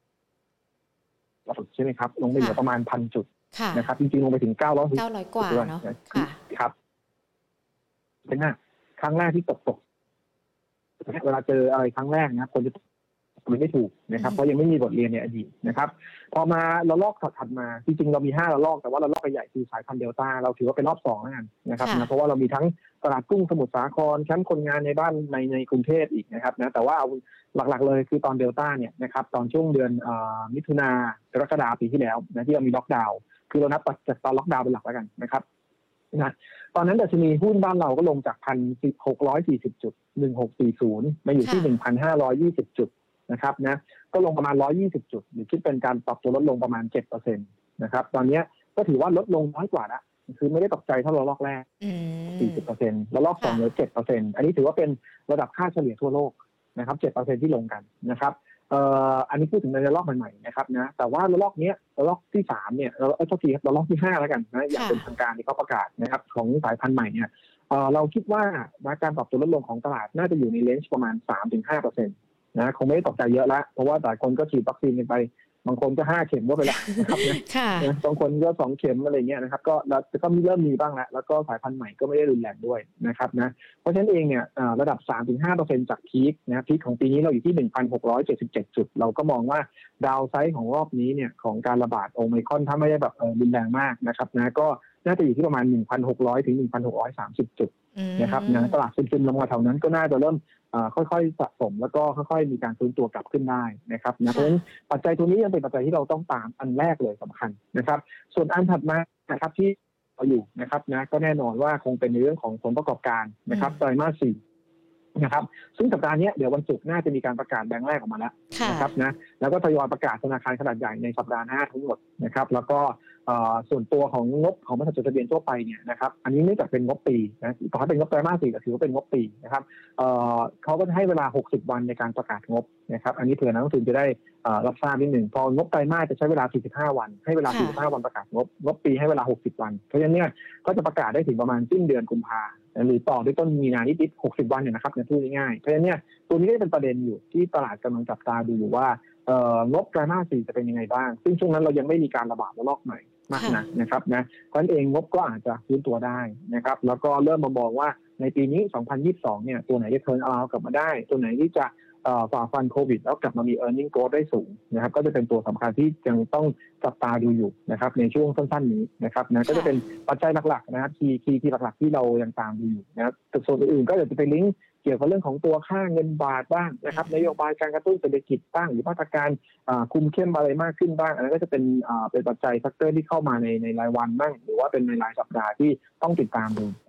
ใช่ไหมครับลงไปเหลือประมาณ หนึ่งพัน จุดนะครับจริงๆลงไปถึงเก้าร้อยเก้าร้อยกว่าเนาะครับเป็นหน้าครั้งแรกที่ตกตกเวลาเจออะไรครั้งแรกนะคนจะมันไม่ถูกนะครับเพราะยังไม่มีบทเรียนในอดีตนะครับพอมาระลอกถัดมาจริงๆเรามีห้าระลอกแต่ว่าระลอกใหญ่คือสายพันธุ์เดลต้าเราถือว่าเป็นรอบสองแล้วกันนะครับนะเพราะว่าเรามีทั้งตลาดกุ้งสมุทรสาครแคมป์คนงานในบ้านในในกรุงเทพอีกนะครับนะแต่ว่าเอาหลักๆเลยคือตอนเดลต้าเนี่ยนะครับตอนช่วงเดือนมิถุนากรกฎาคมปีที่แล้วนะที่เรามีล็อกดาวน์คือเรานับจากตอนล็อกดาวน์เป็นหลักแล้วกันนะครับนะตอนนั้นดัชนีหุ้นบ้านเราก็ลงจาก หนึ่งพันหกร้อยสี่สิบ จุดหนึ่งพันหกร้อยสี่สิบมาอยู่ที่ หนึ่งพันห้าร้อยยี่สิบ จุดนะครับนะก็ลงประมาณหนึ่งร้อยยี่สิบจุดหรือคิดเป็นการปรับตัวลดลงประมาณ เจ็ดเปอร์เซ็นต์ นะครับตอนนี้ก็ถือว่าลดลงน้อยกว่าละคือไม่ได้ตกใจเท่าระลอกแรก สี่สิบเปอร์เซ็นต์ ระลอกสองเหลือ เจ็ดเปอร์เซ็นต์ อันนี้ถือว่าเป็นระดับค่าเฉลี่ยทั่วโลกนะครับ เจ็ดเปอร์เซ็นต์ ที่ลงกันนะครับเอ่ออันนี้พูดถึงในระลอกใหม่ๆนะครับนะแต่ว่าระลอกนี้ระลอกที่สามเนี่ยเออโทษทีครับระลอกที่ห้าแล้วกันนะอย่างเป็นทางการที่เขาประกาศนะครับของสายพันธุ์ใหม่เนี่ยเอ่อเราคิดว่าการปรับตัวลดลงของตลาดน่าจะอยู่ในเลนจ์ประมาณ สามถึงห้าเปอร์เซ็นต์ นะคงไม่ได้ตกใจเยอะแล้วเพราะว่าหลายคนก็ฉีดวัคซีนกันไปบางคนก็ห้าเข็มก็ไปแล้วนะครับนะบางคนก็สองเข็มอะไรเงี้ยนะครับก็แล้วก็มีเริ่มมีบ้างแล้วแล้วก็สายพันธุ์ใหม่ก็ไม่ได้รุนแรงด้วยนะครับนะเพราะฉะนั้นเองเนี่ยระดับ สามถึงห้าเปอร์เซ็นต์ จากพีคนะพีคของปีนี้เราอยู่ที่ หนึ่งพันหกร้อยเจ็ดสิบเจ็ด จุดเราก็มองว่าดาวไซด์ของรอบนี้เนี่ยของการระบาดโอไมครอนถ้าไม่ได้แบบรุนแรงมากนะครับนะก็น่าจะอยู่ที่ประมาณ หนึ่งพันหกร้อย ถึง หนึ่งพันหกร้อยสามสิบ จุดนะครับนะตลาดซึมๆลงมาแถวนั้นก็น่าจะเริ่มค่อยๆสะสมแล้วก็ค่อยๆมีการฟื้นตัวกลับขึ้นได้นะครับนะเพราะฉะนั้นปัจจัยตัวนี้ยังเป็นปัจจัยที่เราต้องตามอันแรกเลยสำคัญนะครับส่วนอันถัดมานะครับที่เราอยู่นะครับนะก็แน่นอนว่าคงเป็นในเรื่องของผลประกอบการนะครับไตรมาสสี่นะครับซึ่งสัปดาห์นี้เดี๋ยววันศุกร์น่าจะมีการประกาศแบงก์แรกออกมาแล้วนะครับนะแล้วก็ทยอยประกาศธนาคารขนาดใหญ่ในสัปดาห์หน้าทั้งหมดนะครับแล้วก็ส่วนตัวของงบของบริษัทจดทะเบียนทั่วไปเนี่ยนะครับอันนี้เนื่องจากเป็นงบปีนะต่อให้เป็นงบไตรมาสสี่ก็ถือว่าเป็นงบปีนะครับเขาก็จะให้เวลาหกสิบวันในการประกาศงบนะครับอันนี้เผื่อนักลงทุนจะได้รับทราบนิดหนึ่งพองบไตรมาสจะใช้เวลาสี่สิบห้าวันให้เวลาสี่สิบห้าวันประกาศงบงบปีให้เวลาหกสิบวันเพราะฉะนั้นเนี่ยก็จะประกาศได้ถึงประมาณสิ้นเดือนกุมภาหรือต่อด้วยต้นมีนานิดๆหกสิบวันเนี่ยนะครับเนี่ยพูดง่ายๆเพราะฉะนั้นเนี่ยตัวนี้ก็เป็นประเด็นอยู่ที่ตลาดกำลังจับตาดูอยู่ว่างบไตรมาสสี่จะเป็นยังไงบ้างซึ่งช่วงนั้นเรายังไม่มีการระบาดระลอกใหม่มากนะนะครับนะเพราะฉะนั้นเองงบก็อาจจะฟื้นตัวได้นะครับแล้วก็เริ่มมามองว่าในปีนี้สองพันยี่สิบสองเนี่ยตัวไหนจะเทิร์นเอาท์กลับมาได้ตัวไหนที่จะฝ่าฟันโควิดแล้วกลับมามี earning growth ได้สูงนะครับก็จะเป็นตัวสำคัญที่ยังต้องจับตาดูอยู่นะครับในช่วงสั้นๆนี้นะครับนะก็จะเป็นปัจจัยหลักๆนะครับคีย์คีย์ที่หลักๆที่เรายังตามดูอยู่นะครับส่วนอื่นๆก็จะไปลิงก์เกี่ยวกับเรื่องของตัวค่าเงินบาทบ้างนะครับนโยบายการกระตุ้นเศรษฐกิจบ้างหรือมาตรการคุมเข้มอะไรมากขึ้นบ้างอันนั้นก็จะเป็นเป็นปัจจัยแฟกเตอร์ที่เข้ามาในในรายวันบ้างหรือว่าเป็นในรายสัปดาห์ที่ต้องติดตามดู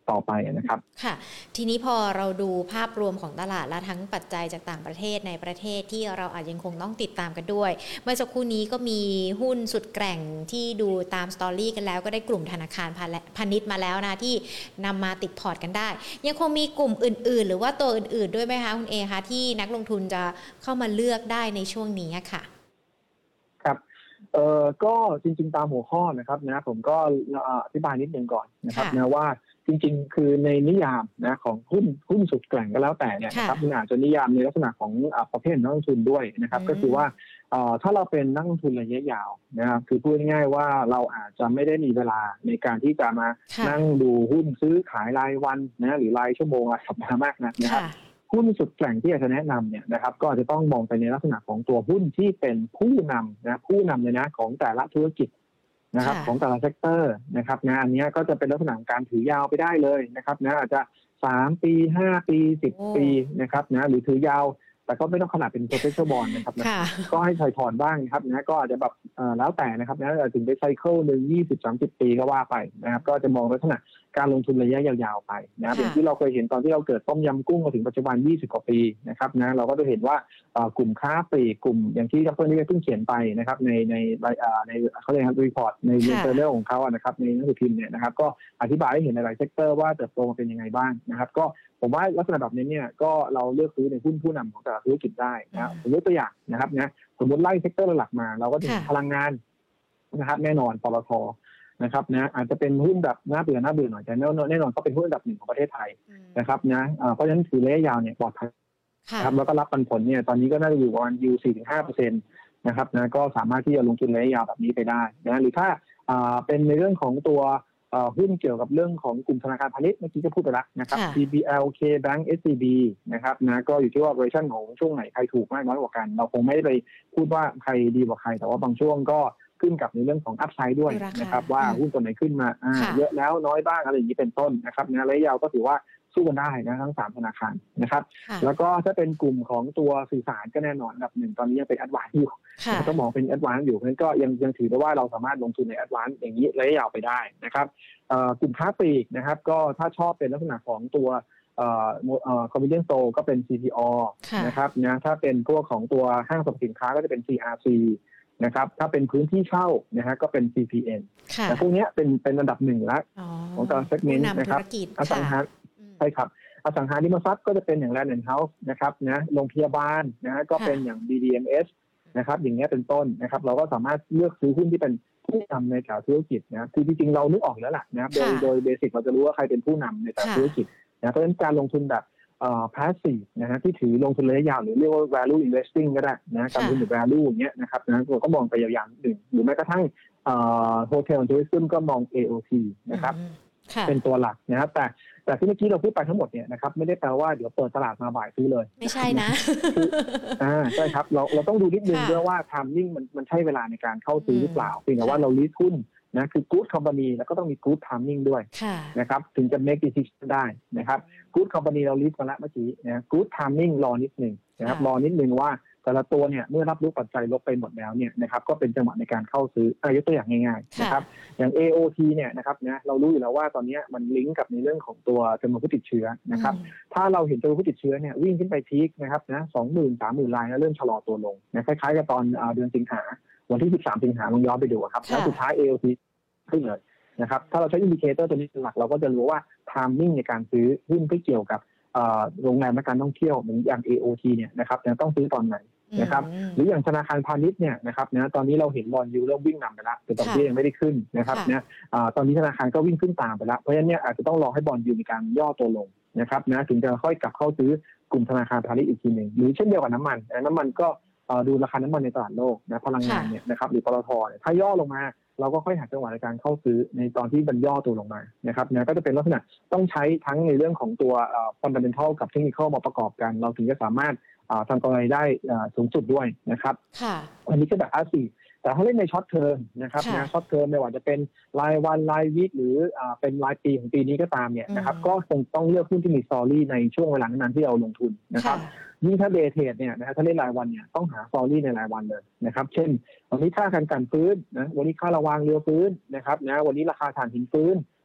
ต่อไปนะครับค่ะทีนี้พอเราดูภาพรวมของตลาดและทั้งปัจจัยจากต่างประเทศในประเทศที่เราอาจยังคงต้องติดตามกันด้วยเมื่อสักครู่นี้ก็มีหุ้นสุดแกร่งที่ดูตามสตอรี่กันแล้วก็ได้กลุ่มธนาคารพาณิชย์มาแล้วนะที่นำมาติดพอร์ตกันได้ยังคงมีกลุ่มอื่นๆหรือว่าตัวอื่นๆด้วยไหมคะคุณเอคะที่นักลงทุนจะเข้ามาเลือกได้ในช่วงนี้ค่ะครับเอ่อก็จริงๆตามหัวข้อนะครับนะผมก็อธิบายนิดนึงก่อนนะครับนะว่าจริงๆคือในนิยามนะของหุ้นหุ้นสุดแกร่งก็แล้วแต่เนี่ยนะครับมันอาจจะนิยามในลักษณะของประเภทนักลงทุนด้วยนะครับก็คือว่าถ้าเราเป็นนักลงทุนระยะยาวนะครับคือพูดง่ายๆว่าเราอาจจะไม่ได้มีเวลาในการที่จะมานั่งดูหุ้นซื้อขายรายวันนะหรือรายชั่วโมงรายสัปดาห์มากนะนะครับหุ้นสุดแกร่งที่อยากจะแนะนำเนี่ยนะครับก็อาจจะต้องมองไปในลักษณะของตัวหุ้นที่เป็นผู้นำนะผู้นำเลยนะของแต่ละธุรกิจนะครับของแต่ละเซกเตอร์นะครับนะอันนี้ก็จะเป็นลักษณะของการถือยาวไปได้เลยนะครับนะอาจจะสามปีห้าปีสิบปีนะครับนะหรือถือยาวแต่ก็ไม่ต้องขนาดเป็น perpetual bond นะครับนะก็ให้ถอยถอนบ้างครับนะก็อาจจะแบบแล้วแต่นะครับนะถึงได้ไซเคิลหนึ่ง ยี่สิบ สามสิบปีก็ว่าไปนะครับก็จะมองลักษณะการลงทุนระยะยาวๆไปนะครับอย่างที่เราเคยเห็นตอนที่เราเกิดต้มยำกุ้งมาถึงปัจจุบันยี่สิบกว่าปีนะครับนะเราก็จะเห็นว่ากลุ่มค้าปลีกกลุ่มอย่างที่ดร.นิเวศน์เพิ่งเขียนไปนะครับในในในเขาเรียกครับรีพอร์ตในเจอร์นัลของเขานะครับในหนังสือพิมพ์เนี่ยนะครับก็อธิบายให้เห็นในหลายเซกเตอร์ว่าเติบโตมาเป็นยังไงบ้างนะครับก็ผมว่าลักษณะแบบนี้เนี่ยก็เราเลือกซื้อในหุ้นผู้นำของแต่ละธุรกิจได้นะผมยกตัวอย่างนะครับนะสมมติไล่เซกเตอร์หลักมาเราก็จะพลังงานนะครับแน่นอนปตท.นะครับนะอาจจะเป็นหุ้นแบบน่าเบื่อน่าเบื่อหน่อยแต่แน่นอนก็เป็นหุ้นอันดับหนึ่งของประเทศไทยนะครับนะเพราะฉะนั้นถือระยะยาวเนี่ยปลอดภัยครับแล้วก็รับปันผลเนี่ยตอนนี้ก็น่าจะอยู่ประมาณ yield สี่ถึงห้าเปอร์เซ็นต์ นะครับนะก็สามารถที่จะลงทุนระยะยาวแบบนี้ไปได้นะหรือถ้าเป็นในเรื่องของตัวหุ้นเกี่ยวกับเรื่องของกลุ่มธนาคารพาณิชย์เมื่อกี้ก็พูดไปแล้วนะครับ ที บี แอล K-Bank เอส ซี บี นะครับนะก็อยู่ที่ว่า valuation ของช่วงไหนใครถูกมากน้อยกว่ากันเราคงไม่ได้ไปพูดว่าใครดีกว่าใครแต่ว่าบางช่วงก็ขึ้นกับในเรื่องของอัพไซด์ด้วยนะครับว่าหุ้นตัวไหนขึ้นมาเยอะแล้วน้อยบ้างอะไรอย่างนี้เป็นต้นนะครับนะระยะยาวก็ถือว่าสู้กันได้นะทั้งสามธนาคารนะครับแล้วก็ถ้าเป็นกลุ่มของตัวสื่อสารก็แน่นอนอันดับหนึ่งตอนนี้ยังเป็นแอดวานซ์อยู่ต้องมองเป็นแอดวานซ์อยู่เพราะฉะนั้นก็ยังยังถือได้ว่าเราสามารถลงทุนในแอดวานซ์อย่างนี้ระยะยาวไปได้นะครับกลุ่มค้าปลีกนะครับก็ถ้าชอบเป็นลักษณะของตัวเอ่อเอ่อ convenience store ก็เป็น ซี ที ออ นะครับนะถ้าเป็นพวกของตัวห้างสรรพสินค้าก็จะเป็น ซี อาร์ ซี นะครับถ้าเป็นพื้นที่เช่านะฮะก็เป็น ซี พี เอ็น แต่พวกนี้เป็นเป็นอันดับหนึ่งแล้วของแต่ละเซกเมนต์นะครับอสังหาใช่ครับอสังหาริมทรัพย์ก็จะเป็นอย่าง Land and House นะครับนะโรงพยาบาลนะก็เป็นอย่าง บี ดี เอ็ม เอส นะครับอย่างเงี้ยเป็นต้นนะครับเราก็สามารถเลือกซื้อหุ้นที่เป็นผู้นำในแต่ละธุรกิจนะคือจริงๆเรานึกออกแล้วล่ะนะครับโดยโดยเบสิกเราจะรู้ว่าใครเป็นผู้นำในแต่ละธุรกิจนะเพราะฉะนั้นการลงทุนแบบเอ่อ passive นะฮะที่ถือลงทุนระยะยาวหรือเรียกว่า value investing ก็ได้นะการลงทุนแบบ value อย่างเงี้ยนะครับนะเราก็มองไปยาวๆหนึ่งหรือแม้กระทั่งเอ่อ hotel and tourism ก็มอง เอ โอ ที นะครับเป็นตัวหลักนะครับแต่แต่ที่เมื่อกี้เราพูดไปทั้งหมดเนี่ยนะครับไม่ได้แปลว่าเดี๋ยวเปิดตลาดมาบ่ายซื้อเลยไม่ใช่นะอ่าใช่ครับเราเราต้องดูนิดนึงด้วยว่า timing มันมันใช่เวลาในการเข้าซื้อหรือเปล่าเพียงแต่ว่าเราลิสต์หุ้นนะคือ good company แล้วก็ต้องมี good timing ด้วยนะครับถึงจะ make decision ได้นะครับ good company เราลิสต์มาแล้วเมื่อกี้นะ good timing รอนิดนึงนะครับรอนิดนึงว่าแต่ละตัวเนี่ยเมื่อรับรู้ปัจจัยลบไปหมดแล้วเนี่ยนะครับก็เป็นจังหวะในการเข้าซื้อยกตัวอย่างง่ายๆนะครับอย่าง เอ โอ ที เนี่ยนะครับนะเรารู้อยู่แล้วว่าตอนนี้มันลิงก์กับในเรื่องของตัวจำนวนผู้ติดเชื้อนะครับถ้าเราเห็นจำนวนผู้ติดเชื้อเนี่ยวิ่งขึ้นไปพีคนะครับนะ สองหมื่น สามหมื่น รายแล้วเริ่มชะลอตัวลงนะคล้ายๆกับตอนเดือนสิงหาวันที่สิบสามสิงหาลองย้อนไปดูครับแล้วสุดท้าย เอ โอ ที ขึ้นเลยนะครับถ้าเราใช้อินดิเคเตอร์ตัวนี้เป็นหลักเราก็จะรู้ว่า timing ในการซื้อหุ้นที่เกี่ยวกับโรงแรมและการท่องเที่ยวเหมือนอย่าง เอ โอ ที เนี่ยนะครับต้องซื้อตอนไหนนะครับหรืออย่างธนาคารพาณิชย์เนี่ยนะครับนะตอนนี้เราเห็นบอนด์ยิลด์เริ่มวิ่งนำไปแล้วแต่ดอกเบี้ยยังไม่ได้ขึ้นนะครับนะตอนนี้ธนาคารก็วิ่งขึ้นตามไปแล้วเพราะฉะนั้นเนี่ยอาจจะต้องรอให้บอนด์ยิลด์มีการย่อตัวลงนะครับนะถึงจะค่อยกลับเข้าซื้อกลุ่มธนาคารพาณิชย์อีกทีหนึ่งหรือเช่นเดียวกับน้ำมันน้ำมันก็ดูราคาน้ำมันในตลาดโลกนะพลังงานเนี่ยนะครับหรือปตทเนี่ยถ้าย่อลงมาเราก็ค่อยหาจังหวะในการเข้าซื้อในตอนที่มันย่อตัวลงมานะครับนะก็จะเป็นลักษณะต้องใช้ทั้งในเรื่องของตัว fundamental กับ technical มาประกอบกันเราถึงจะสามารถทำกำไรได้สูงสุดด้วยนะครับอันนี้คือแบบ passive แต่ถ้าเล่นในช็อตเทอมนะครับนะช็อตเทอมไม่ว่าจะเป็นรายวันรายวีคหรือเป็นรายปีของปีนี้ก็ตามเนี่ยนะครับก็คงต้องเลือกหุ้นที่มีสตอรี่ในช่วงเวลานั้นที่เราลงทุนนะครับยิ่งถ้าเดย์เทรดเนี่ยนะถ้าเล่นรายวันเนี่ยต้องหาสตอรี่ในรายวันเลยนะครับเช่นวันนี้ค่าการกันฟื้นนะวันนี้ค่าระวางเรือฟื้นนะครับนะวันนี้ราคาถ่านหินฟื้น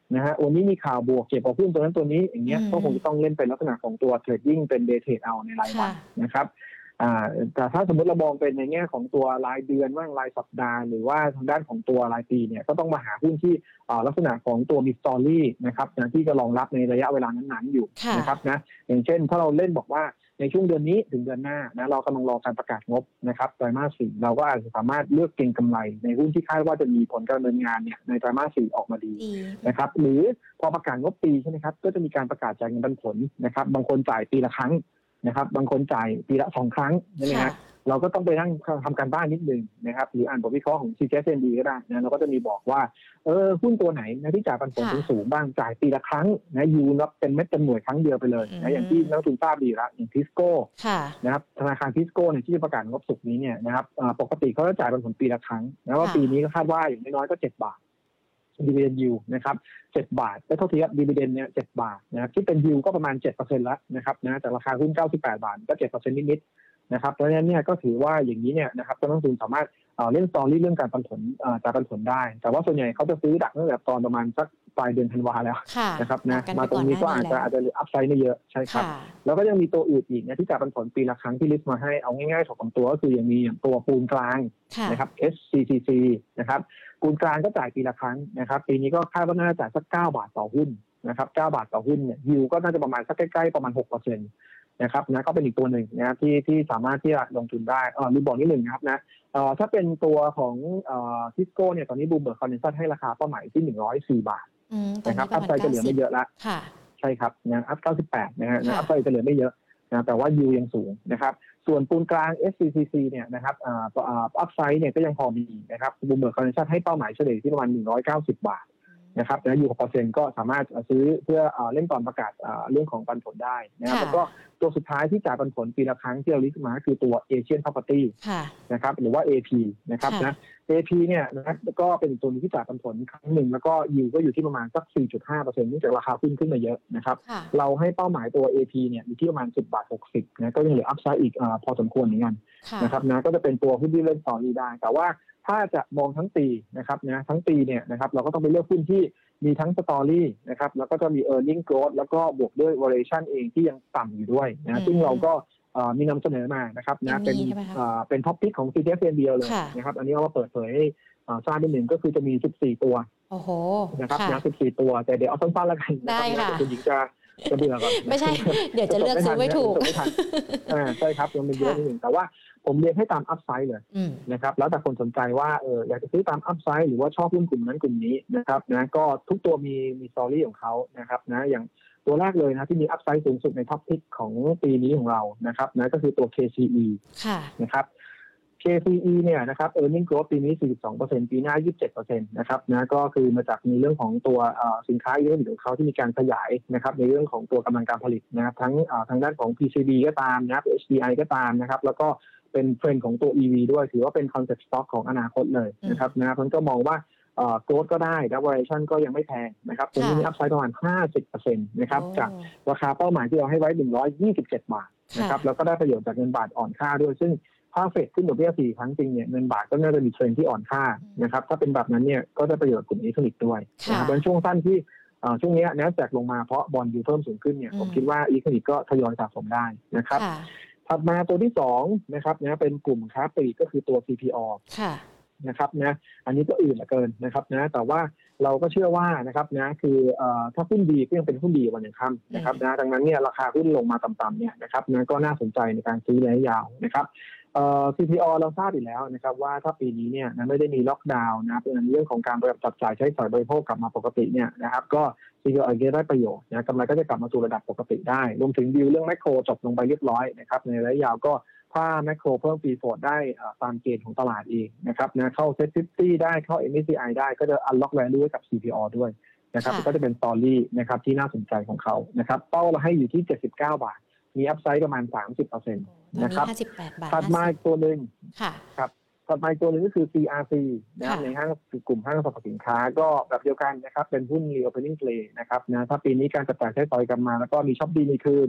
นะฮะวันนี้มีข่าวบวกเกี่ยวกับหุ้นตัวนั้นตัวนี้อย่างเงี้ยก็คงจะต้องเล่นเป็นลักษณะของตัวเทรดดิ้งเป็นเดย์เทรดเอาในรายวันนะครับอ่าแต่ถ้าสมมติเรามองเป็นในแง่ของตัวรายเดือนว่ารายสัปดาห์หรือว่าทางด้านของตัวรายปีเนี่ยก็ต้องมาหาหุ้นที่ลักษณะของตัวมีสตอรี่นะครับนะที่จะรองรับในระยะเวลานั้นๆอยู่นะครับนะอย่างเช่นถ้าเราเล่นบอกว่าในช่วงเดือนนี้ถึงเดือนหน้านะเรากำลังรอการประกาศงบนะครับไตรมาสสี่เราก็อาจจะสามารถเลือกเก็งกำไรในหุ้นที่คาดว่าจะมีผลการดำเนินงานเนี่ยในไตรมาสสี่ออกมาดีนะครับหรือพอประกาศงบปีใช่ไหมครับก็จะมีการประกาศจ่ายเงินปันผลนะครับบางคนจ่ายปีละครั้งนะครับบางคนจ่ายปีละสองครั้งใช่ไหมครับเราก็ต้องไปนั่งทำการบ้านนิดนึงนะครับหรืออ่านบทวิเคราะห์ของ ซี เจ เอส เอ็น ดี ก็ได้นะเราก็จะมีบอกว่าเออหุ้นตัวไหนนะที่จ่ายปันผลสูงบ้างจ่ายปีละครั้งนะยูนับเป็นเม็ดเป็นหน่วยครั้งเดียวไปเลยนะอย่างที่นักทุนทราบดีแล้วอย่างทิสโก้นะครับธนาคารทิสโก้เนี่ยที่จะประกาศงบสุกนี้เนี่ยนะครับปกติเขาจะจ่ายปันผลปีละครั้งนะว่าปีนี้ก็คาดว่าอย่างน้อยๆก็เจ็ดบาทdividend yield นะครับเจ็ดบาทและเท่าที่ครับ dividend เนี่ยเจ็ดบาทนะครับที่เป็น yield ก็ประมาณ เจ็ดเปอร์เซ็นต์ แล้วนะครับนะจากราคาหุ้นเก้าสิบแปดบาทก็ เจ็ดเปอร์เซ็นต์ นิดๆนะครับเพราะฉะนั้นเนี่ยก็ถือว่าอย่างนี้เนี่ยนะครับนักลงทุนสามารถเล่นสตอรี่เรื่องการปันผลจากปันผลได้แต่ว่าส่วนใหญ่เขาจะซื้อดักตั้งแต่ตอนประมาณสักปลายเดือนธันวาแล้วนะครับนะมาตรงนี้ก็อาจจะอาจจะอัพไซด์ไม่เยอะใช่ครับแล้วก็ยังมีตัวอื่นอีกนะที่จ่ายปันผลปีละครั้งที่ลิสต์มาให้เอาง่ายๆสองตัวก็คือยังมีอย่างตัวปูนกลางนะครับ เอส ซี ซี ซี นะครับปูนกลางก็จ่ายปีละครั้งนะครับปีนี้ก็คาดว่าน่าจะจ่ายสักเก้าบาทต่อหุ้นนะครับเก้าบาทต่อหุ้นเนี่ยยิวก็น่าจะประมาณสักใกล้ๆประมาณ หกเปอร์เซ็นต์ นะครับนะก็เป็นอีกตัวหนึ่งนะที่ที่สามารถที่จะลงทุนได้อ่าลืมบอกนิดนึงนะครับนะเอ่อถ้าเป็นตัวของเอ่อทิสโก้เนี่ยตอนนี้บูมเบิร์กคอนเนชั่นให้ราคาเป้าหมายที่หนึ่งร้อยสี่บาทนะครับอัพไซด์จะเหลือไม่เยอะละใช่ครับนะอัพเก้าสิบแปดนะฮะอัพไซด์จะเหลือไม่เยอะนะแต่ว่ายิวยังสูงนะครับส่วนปูนกลาง เอส ซี ซี ซี เนี่ยนะครับอ่าอ่าอัพไซด์เนี่ยก็ยังพอมีนะครับบูมเบิร์กคอนเนชั่นให้เป้าหมายเฉลี่ยที่ประมาณหนึ่งร้อยเก้าสิบบาทนะครับแล้วอยู่ หกเปอร์เซ็นต์ ก็สามารถซื้อเพื่อเล่นตอนประกาศเรื่องของปันผลได้นะครับแล้วก็ตัวสุดท้ายที่จ่ายปันผลปีละครั้งที่เราลิสต์มาคือตัว Asian Property นะครับหรือว่า เอ พี นะครับนะ เอ พี เนี่ยนะก็เป็นตัวนี้ที่จ่ายปันผลครั้งหนึ่งแล้วก็ยิวก็อยู่ที่ประมาณสัก สี่จุดห้าเปอร์เซ็นต์ เนื่องจากราคาขึ้นขึ้นมาเยอะนะครับเราให้เป้าหมายตัว เอ พี เนี่ยอยู่ที่ประมาณ สิบบาทหกสิบนะก็ยังเหลืออัพไซด์อีกพอสมควรเหมือนกันนะครับนะก็จะเป็นตัวหุ้นที่เล่นต่อนี้ได้แต่ว่าถ้าจะมองทั้งปีนะครับนะทั้งปีเนี่ยนะครับเราก็ต้องไปเลือกหุ้นที่มีทั้งสตอรี่นะครับแล้วก็จะมี earning growth แล้วก็บวกด้วย valuation เองที่ยังต่ำอยู่ด้วยนะซึ่งเราก็มีนำเสนอมานะครับนะเป็นเป็นท็อปพิกของ ซี ที เอฟ เอ็น ดี เลยนะครับอันนี้เอามาเปิดเผยให้ทราบนิดหนึ่งก็คือจะมีสิบสี่ตัวโอ้โหนะครับนะสิบสี่ตัวแต่เดี๋ยวเอาสั้นๆแล้วกันได้ค่ะคุณหญิงจะจะเบื่อก่อนไม่ใช่เดี๋ยวจะเลือกซื้อไม่ถูกอ่าใช่ครับมันเป็นเยอะนิดหนึ่งแต่ว่าผมเรียนให้ตามอัพไซด์เลยนะครับแล้วแต่คนสนใจว่าเอออยากจะซื้อตามอัพไซด์หรือว่าชอบหุ้นกลุ่มนั้นกลุ่มนี้นะครับนะก็ทุกตัวมีมีสตอรี่ของเขานะครับนะอย่างตัวแรกเลยนะที่มีอัพไซด์สูงสุดในท็อปพิกของปีนี้ของเรานะครับนะก็คือตัว เค ซี อี ค่ะนะครับ เค ซี อี เนี่ยนะครับ earning growth ปีนี้ สี่สิบสองเปอร์เซ็นต์ ปีหน้า ยี่สิบเจ็ดเปอร์เซ็นต์ นะครับนะก็คือมาจากในเรื่องของตัวสินค้าอิเล็กทรอนิกส์ของเขาที่มีการขยายนะครับในเรื่องของตัวกำลังการผลิตนะครับทั้งทางด้านของ พี ซี บี ก็ตามนะครับ เอช ดี ไอ ก็ตามนะครับแล้วก็เป็นเทรนด์ของตัว อี วี ด้วยถือว่าเป็น concept stock ของอนาคตเลยนะครับนะผมก็มองว่าโกรธก็ได้และ valuation ก็ยังไม่แพงนะครับตัวนี้มีอัพไซด์ประมาณ ห้าสิบเปอร์เซ็นต์ นะครับจากราคาเป้าหมายที่เราให้ไว้หนึ่งร้อยยี่สิบเจ็ดบาทนะครับแล้วก็ได้ประโยชน์จากเงินบาทอ่อนค่าด้วยซึ่งถ้าเฟดขึ้นดอกเบี้ยสี่ครั้งจริงเนี่ยเงินบาทก็น่าจะมีเทรนด์ที่อ่อนค่านะครับถ้าเป็นแบบนั้นเนี่ยก็จะประโยชน์กลุ่มอิเล็กทรอนิกส์ด้วยนะครับเป็นช่วงสั้นที่ช่วงนี้แนสแดกลงมาเพราะบอนด์ยูเพิ่มสูงขึ้นเนี่ยผมคิดว่าอิเล็กทรอนิกส์ก็ทยอยสะสมได้นะครับถัดมาตัวที่สองนะครับนะเป็นกลุ่มค้าปลีกก็คือตัว ซี พี โอ นะครับนะอันนี้ก็อื่นเหลือเกินนะครับนะแต่ว่าเราก็เชื่อว่านะครับนะคือถ้าหุ้นดีก็ยังเป็นหุ้นดีวันยังค่ำนะครับนะดังนั้นเนี่ยราคาหุ้นลงมาต่ำๆเนี่ยนะครับนะก็น่าสนใจในการซื้อระยะยาวนะครับเอ่อ ซี พี โอ เราทราบอยู่แล้วนะครับว่าถ้าปีนี้เนี่ยนะไม่ได้มีล็อกดาวน์นะเป็นเรื่องของการจับจ่ายใช้สอยบริโภคกลับมาปกติเนี่ยนะครับก็ ซี พี โอ ได้ประโยชน์นะกำไรก็จะกลับมาสู่ระดับปกติได้รวมถึงดีลเรื่องแมคโครจบลงไปเรียบร้อยนะครับในระยะยาวก็ถ้าแมคโครเพิ่มฟรีโฟลดได้ตามเกณฑ์ของตลาดเองนะครับนะเข้า เซ็ต ห้าสิบ ได้เข้า เอ็ม เอส ซี ไอ ได้ก็จะ unlock value ให้กับ ซี พี โอ ด้วยนะครับก็จะเป็นสตอรี่นะครับที่น่าสนใจของเขานะครับเป้าเราให้อยู่ที่เจ็ดสิบเก้าบาทมีอัพไซด์ประมาณ สามสิบเปอร์เซ็นต์ นะครับถัดมาอีกตัวนึงครับถัดมาอีกตัวนึงก็คือ ซี อาร์ ซี นะครับในห้างกลุ่มห้างสรรพสินค้าก็แบบเดียวกันนะครับเป็นหุ้น reopening play นะครับนะถ้าปีนี้การจับจ่ายใช้สอยกลับมาแล้วก็มีช็อปดีมีคืน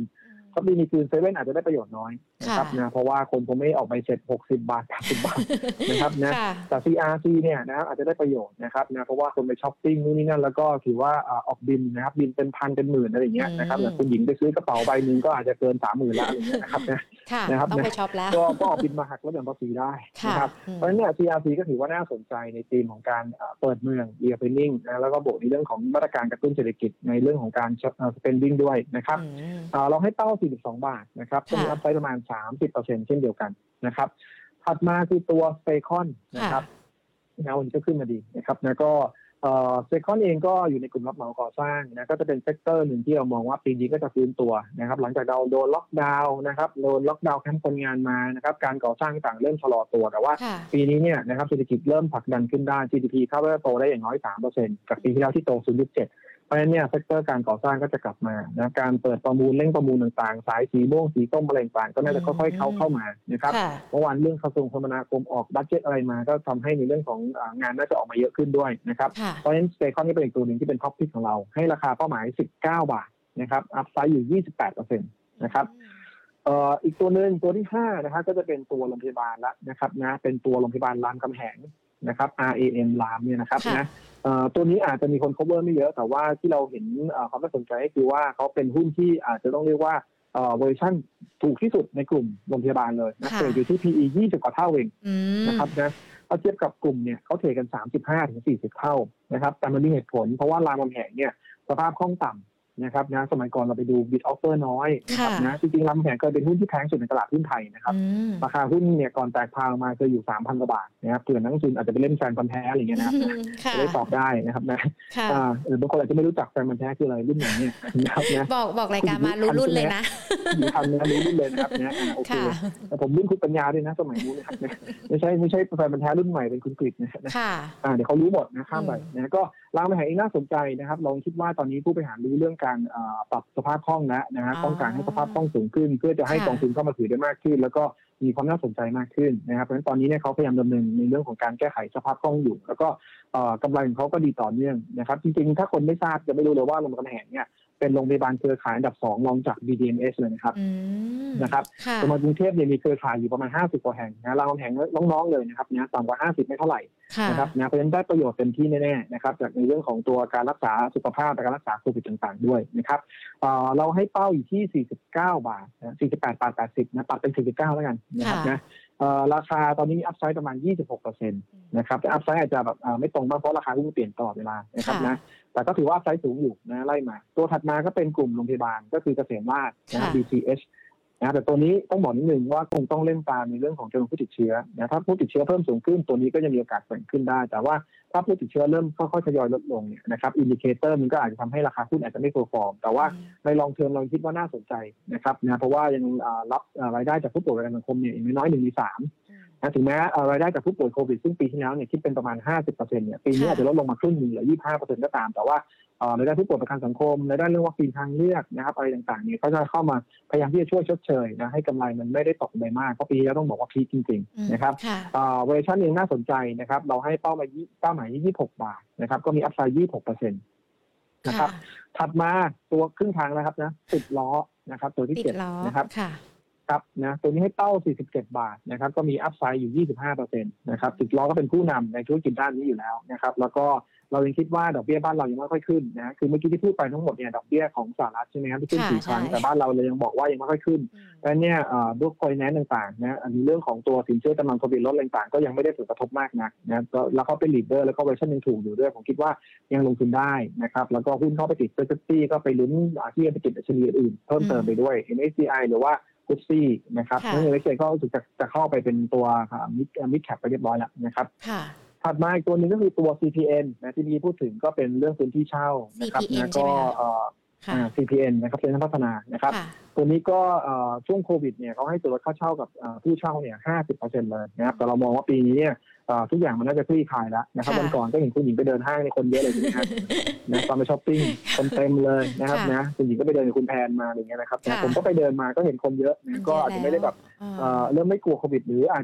ช้อปปี้มีคืนเซเว่นอาจจะได้ประโยชน์น้อยนะครับนะเพราะว่าคนคงไม่ออกใบเสร็จหกสิบบาทแปดสิบบาทนะครับนะแต่ ซี อาร์ ซี เนี่ยนะครับอาจจะได้ประโยชน์นะครับนะเพราะว่าคนไปช้อปปิ้งนู่นนี่นั่นแล้วก็ถือว่าออกบินนะครับบินเป็นพันเป็นหมื่นอะไรอย่างเงี้ยนะครับแต่คุณหญิงไปซื้อกระเป๋าใบนึงก็อาจจะเกิน สามหมื่น ละอะไรอย่างเงี้ยนะครับนะนะครับต้องไปช็อปแล้วก็ก็ออกบินมาหักลดหย่อนภาษีได้นะครับเพราะฉะนั้นเนี่ย ซี อาร์ ซี ก็ถือว่าน่าสนใจในธีมของการเปิดเมือง reopening นะแล้วก็บวกในเรื่องของมาตรการกระตุ้นเศรษฐกิจในเรื่องของการ spending ด้วยนะครับเราให้เป้าสี่สิบสองบาทนะครับก็มีอัพไซด์ประมาณ สามสิบเปอร์เซ็นต์ เช่นเดียวกันนะครับถัดมาคือตัว Staycon นะครับแนวนี้ก็ขึ้นมาดีนะครับแล้วก็เอ่อ Staycon เองก็อยู่ในกลุ่มรับเหมาก่อสร้างนะก็จะเป็นเซกเตอร์หนึ่งที่เรามองว่าปีนี้ก็จะฟื้นตัวนะครับหลังจากเราโดนล็อกดาวน์นะครับโดนล็อกดาวน์แคมป์คนงานมานะครับการก่อสร้างต่างเริ่มชะลอตัวแต่ว่าปีนี้เนี่ยนะครับเศรษฐกิจเริ่มผลักดันขึ้นได้ จี ดี พี คาดว่าโตได้อย่างน้อย สามเปอร์เซ็นต์ จากปีที่แล้วที่โต ศูนย์จุดเจ็ดเพราะฉะนั้นเนี่ยเซกเตอร์การก่อสร้างก็จะกลับมานะการเปิดประมูลเร่งประมูลต่างๆสายสีม่วงสีส้มอะไรต่างๆก็น่าจะค่อยๆเข้าเข้ามานะครับเมื่อวานเรื่องกระทรวงคมนาคมออกบัดเจ็ตอะไรมาก็ทำให้ในเรื่องของงานน่าจะออกมาเยอะขึ้นด้วยนะครับเพราะฉะนั้นสเตคอนนี่เป็นอีกตัวหนึ่งที่เป็นท็อปพิกของเราให้ราคาเป้าหมายสิบเก้าบาทนะครับอัพไซด์อยู่ ยี่สิบแปดเปอร์เซ็นต์ นะครับเอ่ออีกตัวนึงตัวที่ห้านะครับก็จะเป็นตัวโรงพยาบาลแล้วนะครับนะเป็นตัวโรงพยาบาลรามคำแหงนะครับ อาร์ เอ เอ็ม รามเนี่ยนะครับนะตัวนี้อาจจะมีคน cover ไม่เยอะแต่ว่าที่เราเห็นความน่าสนใจก็คือว่าเขาเป็นหุ้นที่อาจจะต้องเรียกว่าเวอร์ชั่นถูกที่สุดในกลุ่มโรงพยาบาลเลยนะเทรดอยู่ที่ พี อี ยี่สิบกว่าเท่าเองนะครับนะถ้าเทียบกับกลุ่มเนี่ยเขาเทรดกัน สามสิบห้าถึงสี่สิบ เท่านะครับแต่มันมีเหตุผลเพราะว่ารามคำแหงเนี่ยสภาพคล่องต่ำนะครับนะสมัยก่อนเราไปดู bid offer น้อยนะครับนะจริงๆรามคำแหงเคยเป็นหุ้นที่แพงสุดในตลาดหุ้นไทยนะครับราคาหุ้นเนี่ยก่อนแตกพาวมาเคยอยู่ สามพัน กว่าบาทนะครับเผื่อนักลงทุนอาจจะไปเล่นแฟนพันธุ์แท้อะไรอย่างเงี้ยนะครับจะได้ตอบได้นะครับนะอ่าหรือบางคนอาจจะไม่รู้จักแฟนพันธุ์แท้คืออะไรรุ่นไหนเนี่ยนะครับนะบอกบอกรายการมารู้รุ่นเลยนะอยู่ทันนะรู้รุ่นเลยนะครับนะโอเคแต่ผมรุ่นคุณปัญญาด้วยนะสมัยนู้นนะครับไม่ใช่ไม่ใช่แฟนพันธุ์แท้รุ่นใหม่เป็นคุณกฤษนะอ่าเดี๋ยวเขารู้หมดนะข้ามไปนะก็รามคำแหงเองน่าสนใจนะครับลองคิดว่าตอนนี้ผู้บริหารรู้เรื่องการปรับสภาพคล่องแล้วนะฮะต้องการให้สภาพคล่องสูงขึ้นเพื่อจะให้กองทุนเข้ามาถือได้มากขึ้นแล้วก็มีความน่าสนใจมากขึ้นนะครับเพราะฉะนั้นตอนนี้เนี่ยเขาพยายามดำเนินในเรื่องของการแก้ไขสภาพคล่องอยู่แล้วก็กำไรของเขาก็ดีต่อเนื่องนะครับจริงๆถ้าคนไม่ทราบจะไม่รู้เลยว่ารามคำแหงเนี่ยเป็นโรงพยาบาลเครือข่ายอันดับสองรองจาก บี ดี เอ็ม เอส เลยนะครับนะครับสมัยกรุงเทพเนี่ยมีเครือข่ายอยู่ประมาณห้าสิบกว่าแห่งนะรามคำแหงน้องๆเลยนะครับเนี่ยต่ำกว่าห้าสิบไม่เท่าไหร่นะครับนะเพราะฉะนั้นได้ประโยชน์เต็มที่แน่ๆนะครับจากในเรื่องของตัวการรักษาสุขภาพและการรักษาโควิดต่างๆด้วยนะครับเราให้เป้าอยู่ที่สี่สิบเก้าบาทนะสี่สิบแปดบาทแปดสิบนะปรับเป็นสี่สิบเก้าแล้วกันนะครับนะราคาตอนนี้มีอัพไซด์ประมาณ ยี่สิบหกเปอร์เซ็นต์ นะครับแต่อัพไซด์อาจจะแบบไม่ตรงมากเพราะราคาหุ้นเปลี่ยนตลอดเวลานะครับนะแต่ก็ถือว่าอัพไซด์สูงอยู่นะไล่มาตัวถัดมาก็เป็นกลุ่มโรงพยาบาลก็คือเกษมราษฎร์นะ บี ซี เอช นะแต่ตัวนี้ต้องบอกนิดนึงว่าคงต้องเล่นตามในเรื่องของจำนวนผู้ติดเชื้อนะถ้าผู้ติดเชื้อเพิ่มสูงขึ้นตัวนี้ก็จะมีโอกาสแกว่งขึ้นได้แต่ว่าถ้าผู้ติดเชื้อเริ่มค่อยๆทยอยลดลงเนี่ยนะครับอินดิเคเตอร์มันก็อาจจะทำให้ราคาหุ้นอาจจะไม่เพอร์ฟอร์มแต่ว่าในลองเทอมเราคิดว่าน่าสนใจนะครับนะเพราะว่ายังรับรายได้จากผู้ป่วยประกันสังคมเนี่ยอย่างน้อยหนึ่งในสามนะถึงแม้รายได้จากผู้ป่วยโควิดซึ่งปีที่แล้วเนี่ยคิดเป็นประมาณ ห้าสิบเปอร์เซ็นต์ เนี่ยปีนี้อาจจะลดลงมาครึ่งนึงเหลือ ยี่สิบห้าเปอร์เซ็นต์ ก็ตามแต่ว่าในด้านผู้ป่วยประกันสังคมในด้านเรื่องวัคซีนทางเลือกนะครับอะไรต่างๆเนี่ยเขาจะเข้ามาพยายามที่จะช่วยชดเชยนะให้กำไรมันไม่ได้ตกไปมากเพราะปีนี้ต้องบอกว่าพีคจริงๆนะครับเวอร์ชันเองน่าสนใจนะครับเราให้เป้าหมายเป้าหมายยี่สิบหกบาทนะครับก็มีอัพไซด์ ยี่สิบหกเปอร์เซ็นต์ นะครับถัดมาตัวครึ่งทางนะครับนะสิบล้อนะครับตัวที่เจ็ดนะครับครับนะตัวนี้ให้เป้าสี่สิบเจ็ดบาทนะครับก็มีอัพไซด์อยู่ ยี่สิบห้าเปอร์เซ็นต์ นะครับสิบล้อก็เป็นผู้นำในธุรกิจด้านนี้อยู่แล้วนะครับแล้วก็เรายังคิดว่าดอกเบี้ยบ้านเรายังไม่ค่อยขึ้นนะคือเมื่อกี้ที่พูดไปทั้งหมดเนี่ยดอกเบี้ยของสหรัฐใช่ไหมครับที่ขึ้นสี่ครั้งแต่บ้านเราเลยยังบอกว่ายังไม่ค่อยขึ้นแต่เนี่ยด้วยไฟแนนซ์ต่างๆนะอันนี้เรื่องของตัวสินเชื่อกำลังทวีลดต่างๆก็ยังไม่ได้ผลกระทบมากนักนะแล้วเขาเป็นลีดเดอร์แล้วก็เวอร์ชันยังถูกอยู่ด้วยผมคิดว่ายังลงทุนได้นะครับแล้วก็หุ้นเข้าไปติดเซอร์เซตี้ก็ไปลุ้นที่จะไปติดดัชนีอื่นเพิ่มเติมไปด้วย เอ็ม เอส ซี ไอ หรือว่าฟุตซี่นะครับนั่นเองเลยก็จะจะเข้าไปเป็นตัวมิดมิดแคปไปเรียบร้อยแล้วนะครับถัดมาอีกตัวนึงก็คือตัว ซี พี เอ็น นะที่พี่พูดถึงก็เป็นเรื่องพื้นที่เช่านะครับแล้วก็เอ่อ ซี พี เอ็น นะครับเซ็นทรัลพัฒนานะครับตัวนี้ก็ช่วงโควิดเนี่ยเขาให้ส่วนลดค่าเช่ากับผู้เช่าเนี่ย ห้าสิบเปอร์เซ็นต์ เลยนะครับแต่เรามองว่าปีนี้เนี่ยทุกอย่างมันน่าจะคลี่คลายแล้วนะครับวันก่อนก็เห็นคุณหญิงไปเดินห้างในคนเยอะเลยนะครับนะตอนไปช้อปปิ้งคนเต็มเลยนะครับนะคุณหญิงก็ไปเดินกับคุณแพนมาอย่างเงี้ยนะครับผมก็ไปเดินมาก็เห็นคนเยอะก็อาจจะไม่ได้แบบเริ่มไม่กลัวโควิดหรืออาจจะ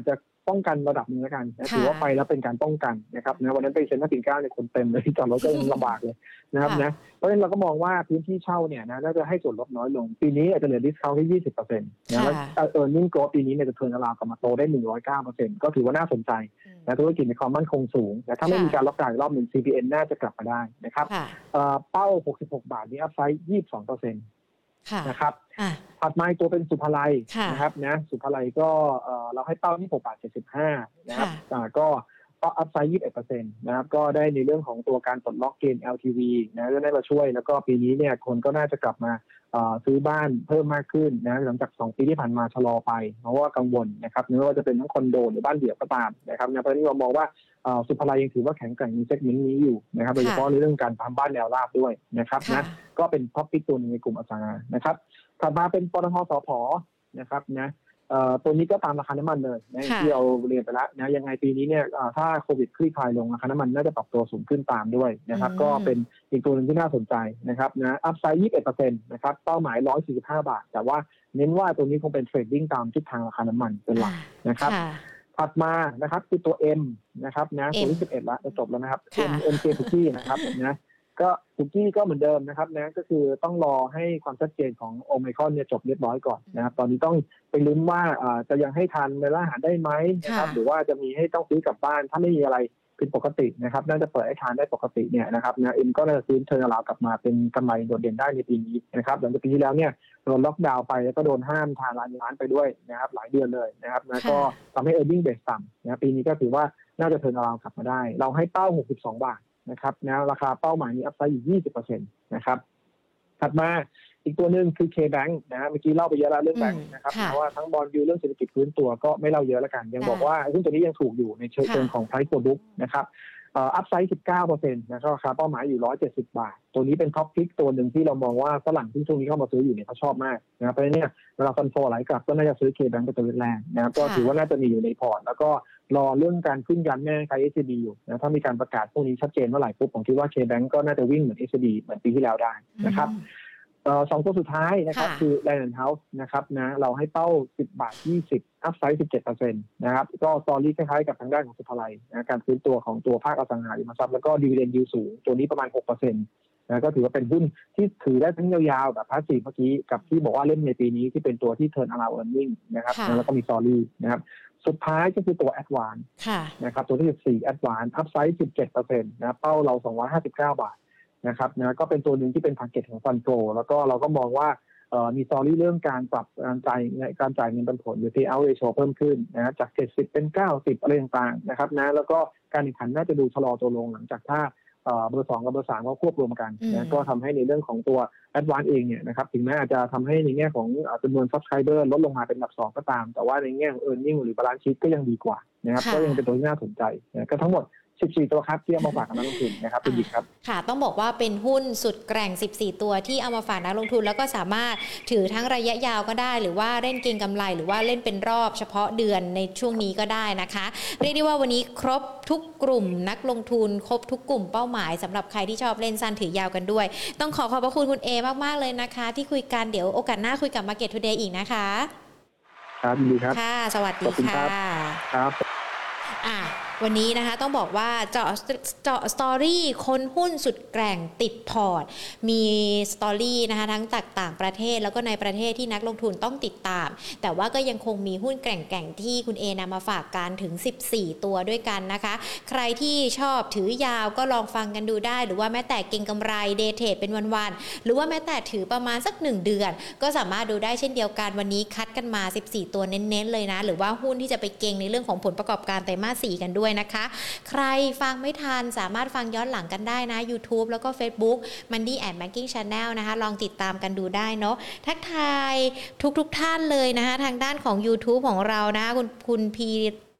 ป้องกันระดับนึงแล้วกันนะถือว่าไปแล้วเป็นการป้องกันนะครับนะวันนั้นไปเซ็นทรัลปิ่นเกล้าเนี่ยคนเต็มเลยจอดรถก็ยังลำบากเลยนะครับนะเพราะฉะนั้นเราก็มองว่าพื้นที่เช่าเนี่ยนะน่าจะให้ส่วนลดน้อยลงปีนี้อาจจะเหลือดิสเคาท์ที่ ยี่สิบเปอร์เซ็นต์ นะแล้วเออร์เน็งโกรทปีนี้เนี่ยจะเทิร์นอราวด์กลับมาโตได้ หนึ่งร้อยเก้าเปอร์เซ็นต์ ก็ถือว่าน่าสนใจนะธุรกิจในความมั่นคงสูงแต่ถ้าไม่มีการล็อกดาวน์อีกรอบหนึ่ง ซี พี เอ็น น่าจะกลับมาได้นะครับเป้าหกสิบหกบาทนี้อัพไซด์ ยี่สิบสองเปอร์เซ็นต์ นะครับถัดมาตัวเป็นสุภาลัยนะครับนะสุภาลัยก็เราให้เป้าที่หกบาทเจ็ดสิบห้านะครับก็ก็อัพไซด์ ยี่สิบเอ็ดเปอร์เซ็นต์ นะครับก็ได้ในเรื่องของตัวการปลดล็อกเกณฑ์ แอล ที วี นะก็ได้มาช่วยแล้วก็ปีนี้เนี่ยคนก็น่าจะกลับมาซื้อบ้านเพิ่มมากขึ้นนะหลังจากสองปีที่ผ่านมาชะลอไปเพราะว่ากังวลนะครับไม่ว่าจะเป็นทั้งคอนโดหรือบ้านเดี่ยวก็ตามนะครับนะเพราะฉะนั้นเรามองว่าสุภาลัยยังถือว่าแข็งแกร่งในเซกเมนต์นี้อยู่นะครับโดยเฉพาะในเรื่องการทำบ้านแนวราบด้วยนะครับนะก็เป็นท็อปปิกตัวนึงในกลุ่มอสังหานะครับถัดมาเป็นปตท.สผ.นะครับนะตัวนี้ก็ตามราคาน้ำมันเลยนะที่เราเรียนไปแล้วนะยังไงปีนี้เนี่ยถ้าโควิดคลี่คลายลงราคาน้ำมันน่าจะปรับตัวสูงขึ้นตามด้วยนะครับก็เป็นอีกตัวนึงที่น่าสนใจนะครับนะอัพไซด์ ยี่สิบเอ็ดเปอร์เซ็นต์ นะครับเป้าหมายหนึ่งร้อยสี่สิบห้าบาทแต่ว่าเน้นว่าตัวนี้คงเป็นเทรดดิ้งตามทิศทางราคาน้ำมันเป็นหลักนะครับถัดมานะครับคือตัว M นะครับนะตัวที่สิบเอ็ดแล้วจะจบแล้วนะครับ M เอ็ม เค Cookie นะครับนะก็คุกกี้ก็เหมือนเดิมนะครับนะก็คือต้องรอให้ความชัดเจนของโอไมครอนเนี่ยจบเรียบร้อยก่อนนะครับตอนนี้ต้องไปลุ้นว่าจะยังให้ทานในร้านอาหารได้ไหมนะครับหรือว่าจะมีให้ต้องซื้อกลับบ้านถ้าไม่มีอะไรผิดปกตินะครับน่าจะเปิดให้ทานได้ปกติเนี่ยนะครับนะเอ็มก็น่าจะซื้อเทิร์นอราวด์กลับมาเป็นกำไรโดดเด่นได้ในปีนี้นะครับหลังจากปีที่แล้วเนี่ยโดนล็อกดาวน์ไปแล้วก็โดนห้ามทานร้านร้านไปด้วยนะครับหลายเดือนเลยนะครับนะก็ทำให้ earning base ต่ำนะปีนี้ก็ถือว่าน่าจะเทิร์นอราวด์กลับมาได้เราให้เป้าหกสิบสองบาทนะครับนะราคาเป้าหมายนี้อัพไซด์อยู่ ยี่สิบเปอร์เซ็นต์ นะครับถัดมาอีกตัวหนึ่งคือ K-Bank นะเมื่อกี้เล่าไปเยอะแล้วเรื่องแบงค์นะครับเพราะว่าทั้งบอนด์ยิลด์เรื่องเศรษฐกิจพื้นตัวก็ไม่เล่าเยอะแล้วกันยังบอกว่าหุ้นตัวนี้ยังถูกอยู่ในเชิงของ price to book นะครับอัพไซด์ สิบเก้าเปอร์เซ็นต์ นะครับราคาเป้าหมายอยู่หนึ่งร้อยเจ็ดสิบบาทตัวนี้เป็นท็อปพิกตัวหนึ่งที่เรามองว่าฝรั่งที่ช่วงนี้เข้ามาซื้ออยู่เนี่ยเขาชอบมากนะครับเพราะฉะนั้นเนี่ยเวลาฟันโฟไหลกลับก็น่าจะซื้อ K-Bank เป็นตัวแรกนะครับก็ถือว่าน่าจะมีอยู่ในพอร์ตแล้วก็รอเรื่องการขึ้นยันแม่ใคร เอส ซี บี อยู่นะถ้ามีการประกาศพวกนี้ชัดเจนเมื่อไหร่ปุ๊บผมคิดว่า K-Bank ก็น่าจะวิ่งเหมือน เอส ซี บี เหมือนปีที่แล้วได้นะครับเอ่อสองตัวสุดท้ายนะครับคือ Land House นะครับนะเราให้เป้าสิบบาทยี่สิบอัพไซด์ สิบเจ็ดเปอร์เซ็นต์ นะครับก็สตอรี่คล้ายๆกับทางด้านของสุภาลัยนะการฟื้นตัวของตัวภาคอสังหาริมทรัพย์แล้วก็ดิวิเดนด์ยิลด์สูงตัวนี้ประมาณ หกเปอร์เซ็นต์ นะก็ถือว่าเป็นหุ้นที่ถือได้ทั้งยาวๆแบบพาสซีฟเมื่อกี้กับที่บอกว่าเล่นในปีนี้ที่เป็นตัวที่เทิร์นอราวด์เออร์เน็งนะครับแล้วก็มีสตอรี่นะครับสุดท้ายก็คือตัว Advance นะครับตัวที่สิบสี่ Advance อัพไซด์ สิบเจ็ดเปอร์เซ็นต์ นะเป้าเราสองร้อยห้าสิบเก้าบาทนะครับนะก็เป็นตัวหนึ่งที่เป็นทาร์เก็ตของฟันโฟแล้วก็เราก็มองว่าเอ่อมีสตอรี่เรื่องการปรับการจ่ายการจ่ายเงินปันผลหรือ payout ratio เพิ่มขึ้นนะจากเจ็ดสิบเป็นเก้าสิบอะไรต่างๆนะครับนะแล้วก็การแข่งขันน่าจะดูชะลอตัวลงหลังจากถ้าเอ่อเบอร์สองกับเบอร์สามก็ควบรวมกันนะก็ทำให้ในเรื่องของตัว Advance เองเนี่ยนะครับถึงแม้อาจจะทำให้ในแง่ของจำนวน Subscriber ลดลงมาเป็นอันดับสองก็ตามแต่ว่าในแง่ของ Earning หรือ Balance Sheet ก็ยังดีกว่านะครับก็ยังเป็นตัวที่น่าสนใจนะก็ทั้งหมดสิบสี่ตัวครับที่เอามาฝากกับนักลงทุนนะครับเป็นดีครับค่ะต้องบอกว่าเป็นหุ้นสุดแกร่งสิบสี่ตัวที่เอามาฝากนักลงทุนแล้วก็สามารถถือทั้งระยะยาวก็ได้หรือว่าเล่นเก็งกำไรหรือว่าเล่นเป็นรอบเฉพาะเดือนในช่วงนี้ก็ได้นะคะเรียกได้ว่าวันนี้ครบทุกกลุ่มนักลงทุนครบทุกกลุ่มเป้าหมายสำหรับใครที่ชอบเล่นสั้นถือยาวกันด้วยต้องขอขอบพระคุณคุณเอมากๆเลยนะคะที่คุยกันเดี๋ยวโอกาสหน้าคุยกับ Market Today อีกนะคะครับดีครับค่ะสวัสดีค่ะครับอ่ะวันนี้นะคะต้องบอกว่าเจาะเจาะสตอรี่คนหุ้นสุดแกร่งติดพอร์ตมีสตอรี่นะคะทั้งจากต่างประเทศแล้วก็ในประเทศที่นักลงทุนต้องติดตามแต่ว่าก็ยังคงมีหุ้นแกร่งๆที่คุณเอนำมาฝากกันถึงสิบสี่ตัวด้วยกันนะคะใครที่ชอบถือยาวก็ลองฟังกันดูได้หรือว่าแม้แต่เก็งกำไรเดย์เทรดเป็นวันๆหรือว่าแม้แต่ถือประมาณสักหนึ่งเดือนก็สามารถดูได้เช่นเดียวกันวันนี้คัดกันมาสิบสี่ตัวเน้นๆเลยนะหรือว่าหุ้นที่จะไปเก็งในเรื่องของผลประกอบการไตรมาสสี่กันด้วยนะคะใครฟังไม่ทันสามารถฟังย้อนหลังกันได้นะ YouTube แล้วก็ Facebook Money and Banking Channel นะคะลองติดตามกันดูได้เนาะทักทายทุกๆ ท่านเลยนะคะทางด้านของ YouTube ของเรานะคุณคุณพี P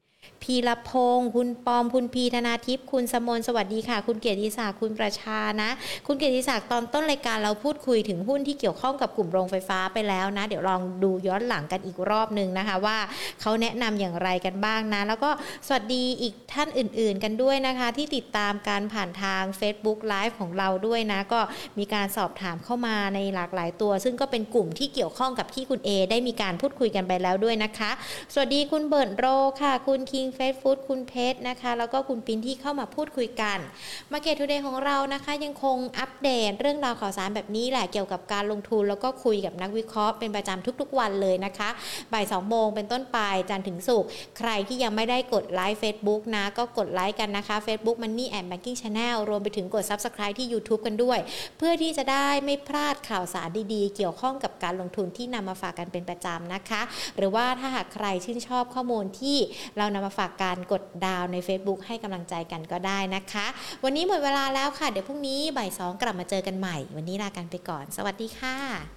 พีรพงศ์คุณปอมคุณพีธนาทิพย์คุณสมนสวัสดีค่ะคุณเกียรติศักดิ์คุณประชานะคุณเกียรติศักดิ์ตอนต้นรายการเราพูดคุยถึงหุ้นที่เกี่ยวข้องกับกลุ่มโรงไฟฟ้าไปแล้วนะเดี๋ยวลองดูย้อนหลังกันอีกรอบนึงนะคะว่าเขาแนะนำอย่างไรกันบ้างนะแล้วก็สวัสดีอีกท่านอื่นๆกันด้วยนะคะที่ติดตามการผ่านทาง Facebook Live ของเราด้วยนะก็มีการสอบถามเข้ามาในหลากหลายตัวซึ่งก็เป็นกลุ่มที่เกี่ยวข้องกับที่คุณเอได้มีการพูดคุยกันไปแล้วด้วยนะคะสวัสดีคุณเบิร์ดโรค่ะคุณคิงเฟสฟู้ดคุณเพชรนะคะแล้วก็คุณปินที่เข้ามาพูดคุยกัน Market Today ของเรานะคะยังคงอัปเดตเรื่องราวข่าวสารแบบนี้แหละเกี่ยวกับการลงทุนแล้วก็คุยกับนักวิเคราะห์เป็นประจำทุกๆวันเลยนะคะบ่ายสองโมงเป็นต้นไปจันทร์ถึงศุกร์ใครที่ยังไม่ได้กดไลค์ Facebook นะก็กดไลค์กันนะคะ Facebook Money and Banking Channel รวมไปถึงกด Subscribe ที่ YouTube กันด้วยเพื่อที่จะได้ไม่พลาดข่าวสารดีๆเกี่ยวข้องกับการลงทุนที่นำมาฝากกันเป็นประจำนะคะหรือว่าถ้าหากใครชื่นชอบข้อมูลที่เรานำมาฝากการกดดาวใน Facebook ให้กำลังใจกันก็ได้นะคะวันนี้หมดเวลาแล้วค่ะเดี๋ยวพรุ่งนี้บ่ายสองกลับมาเจอกันใหม่วันนี้ลากันไปก่อนสวัสดีค่ะ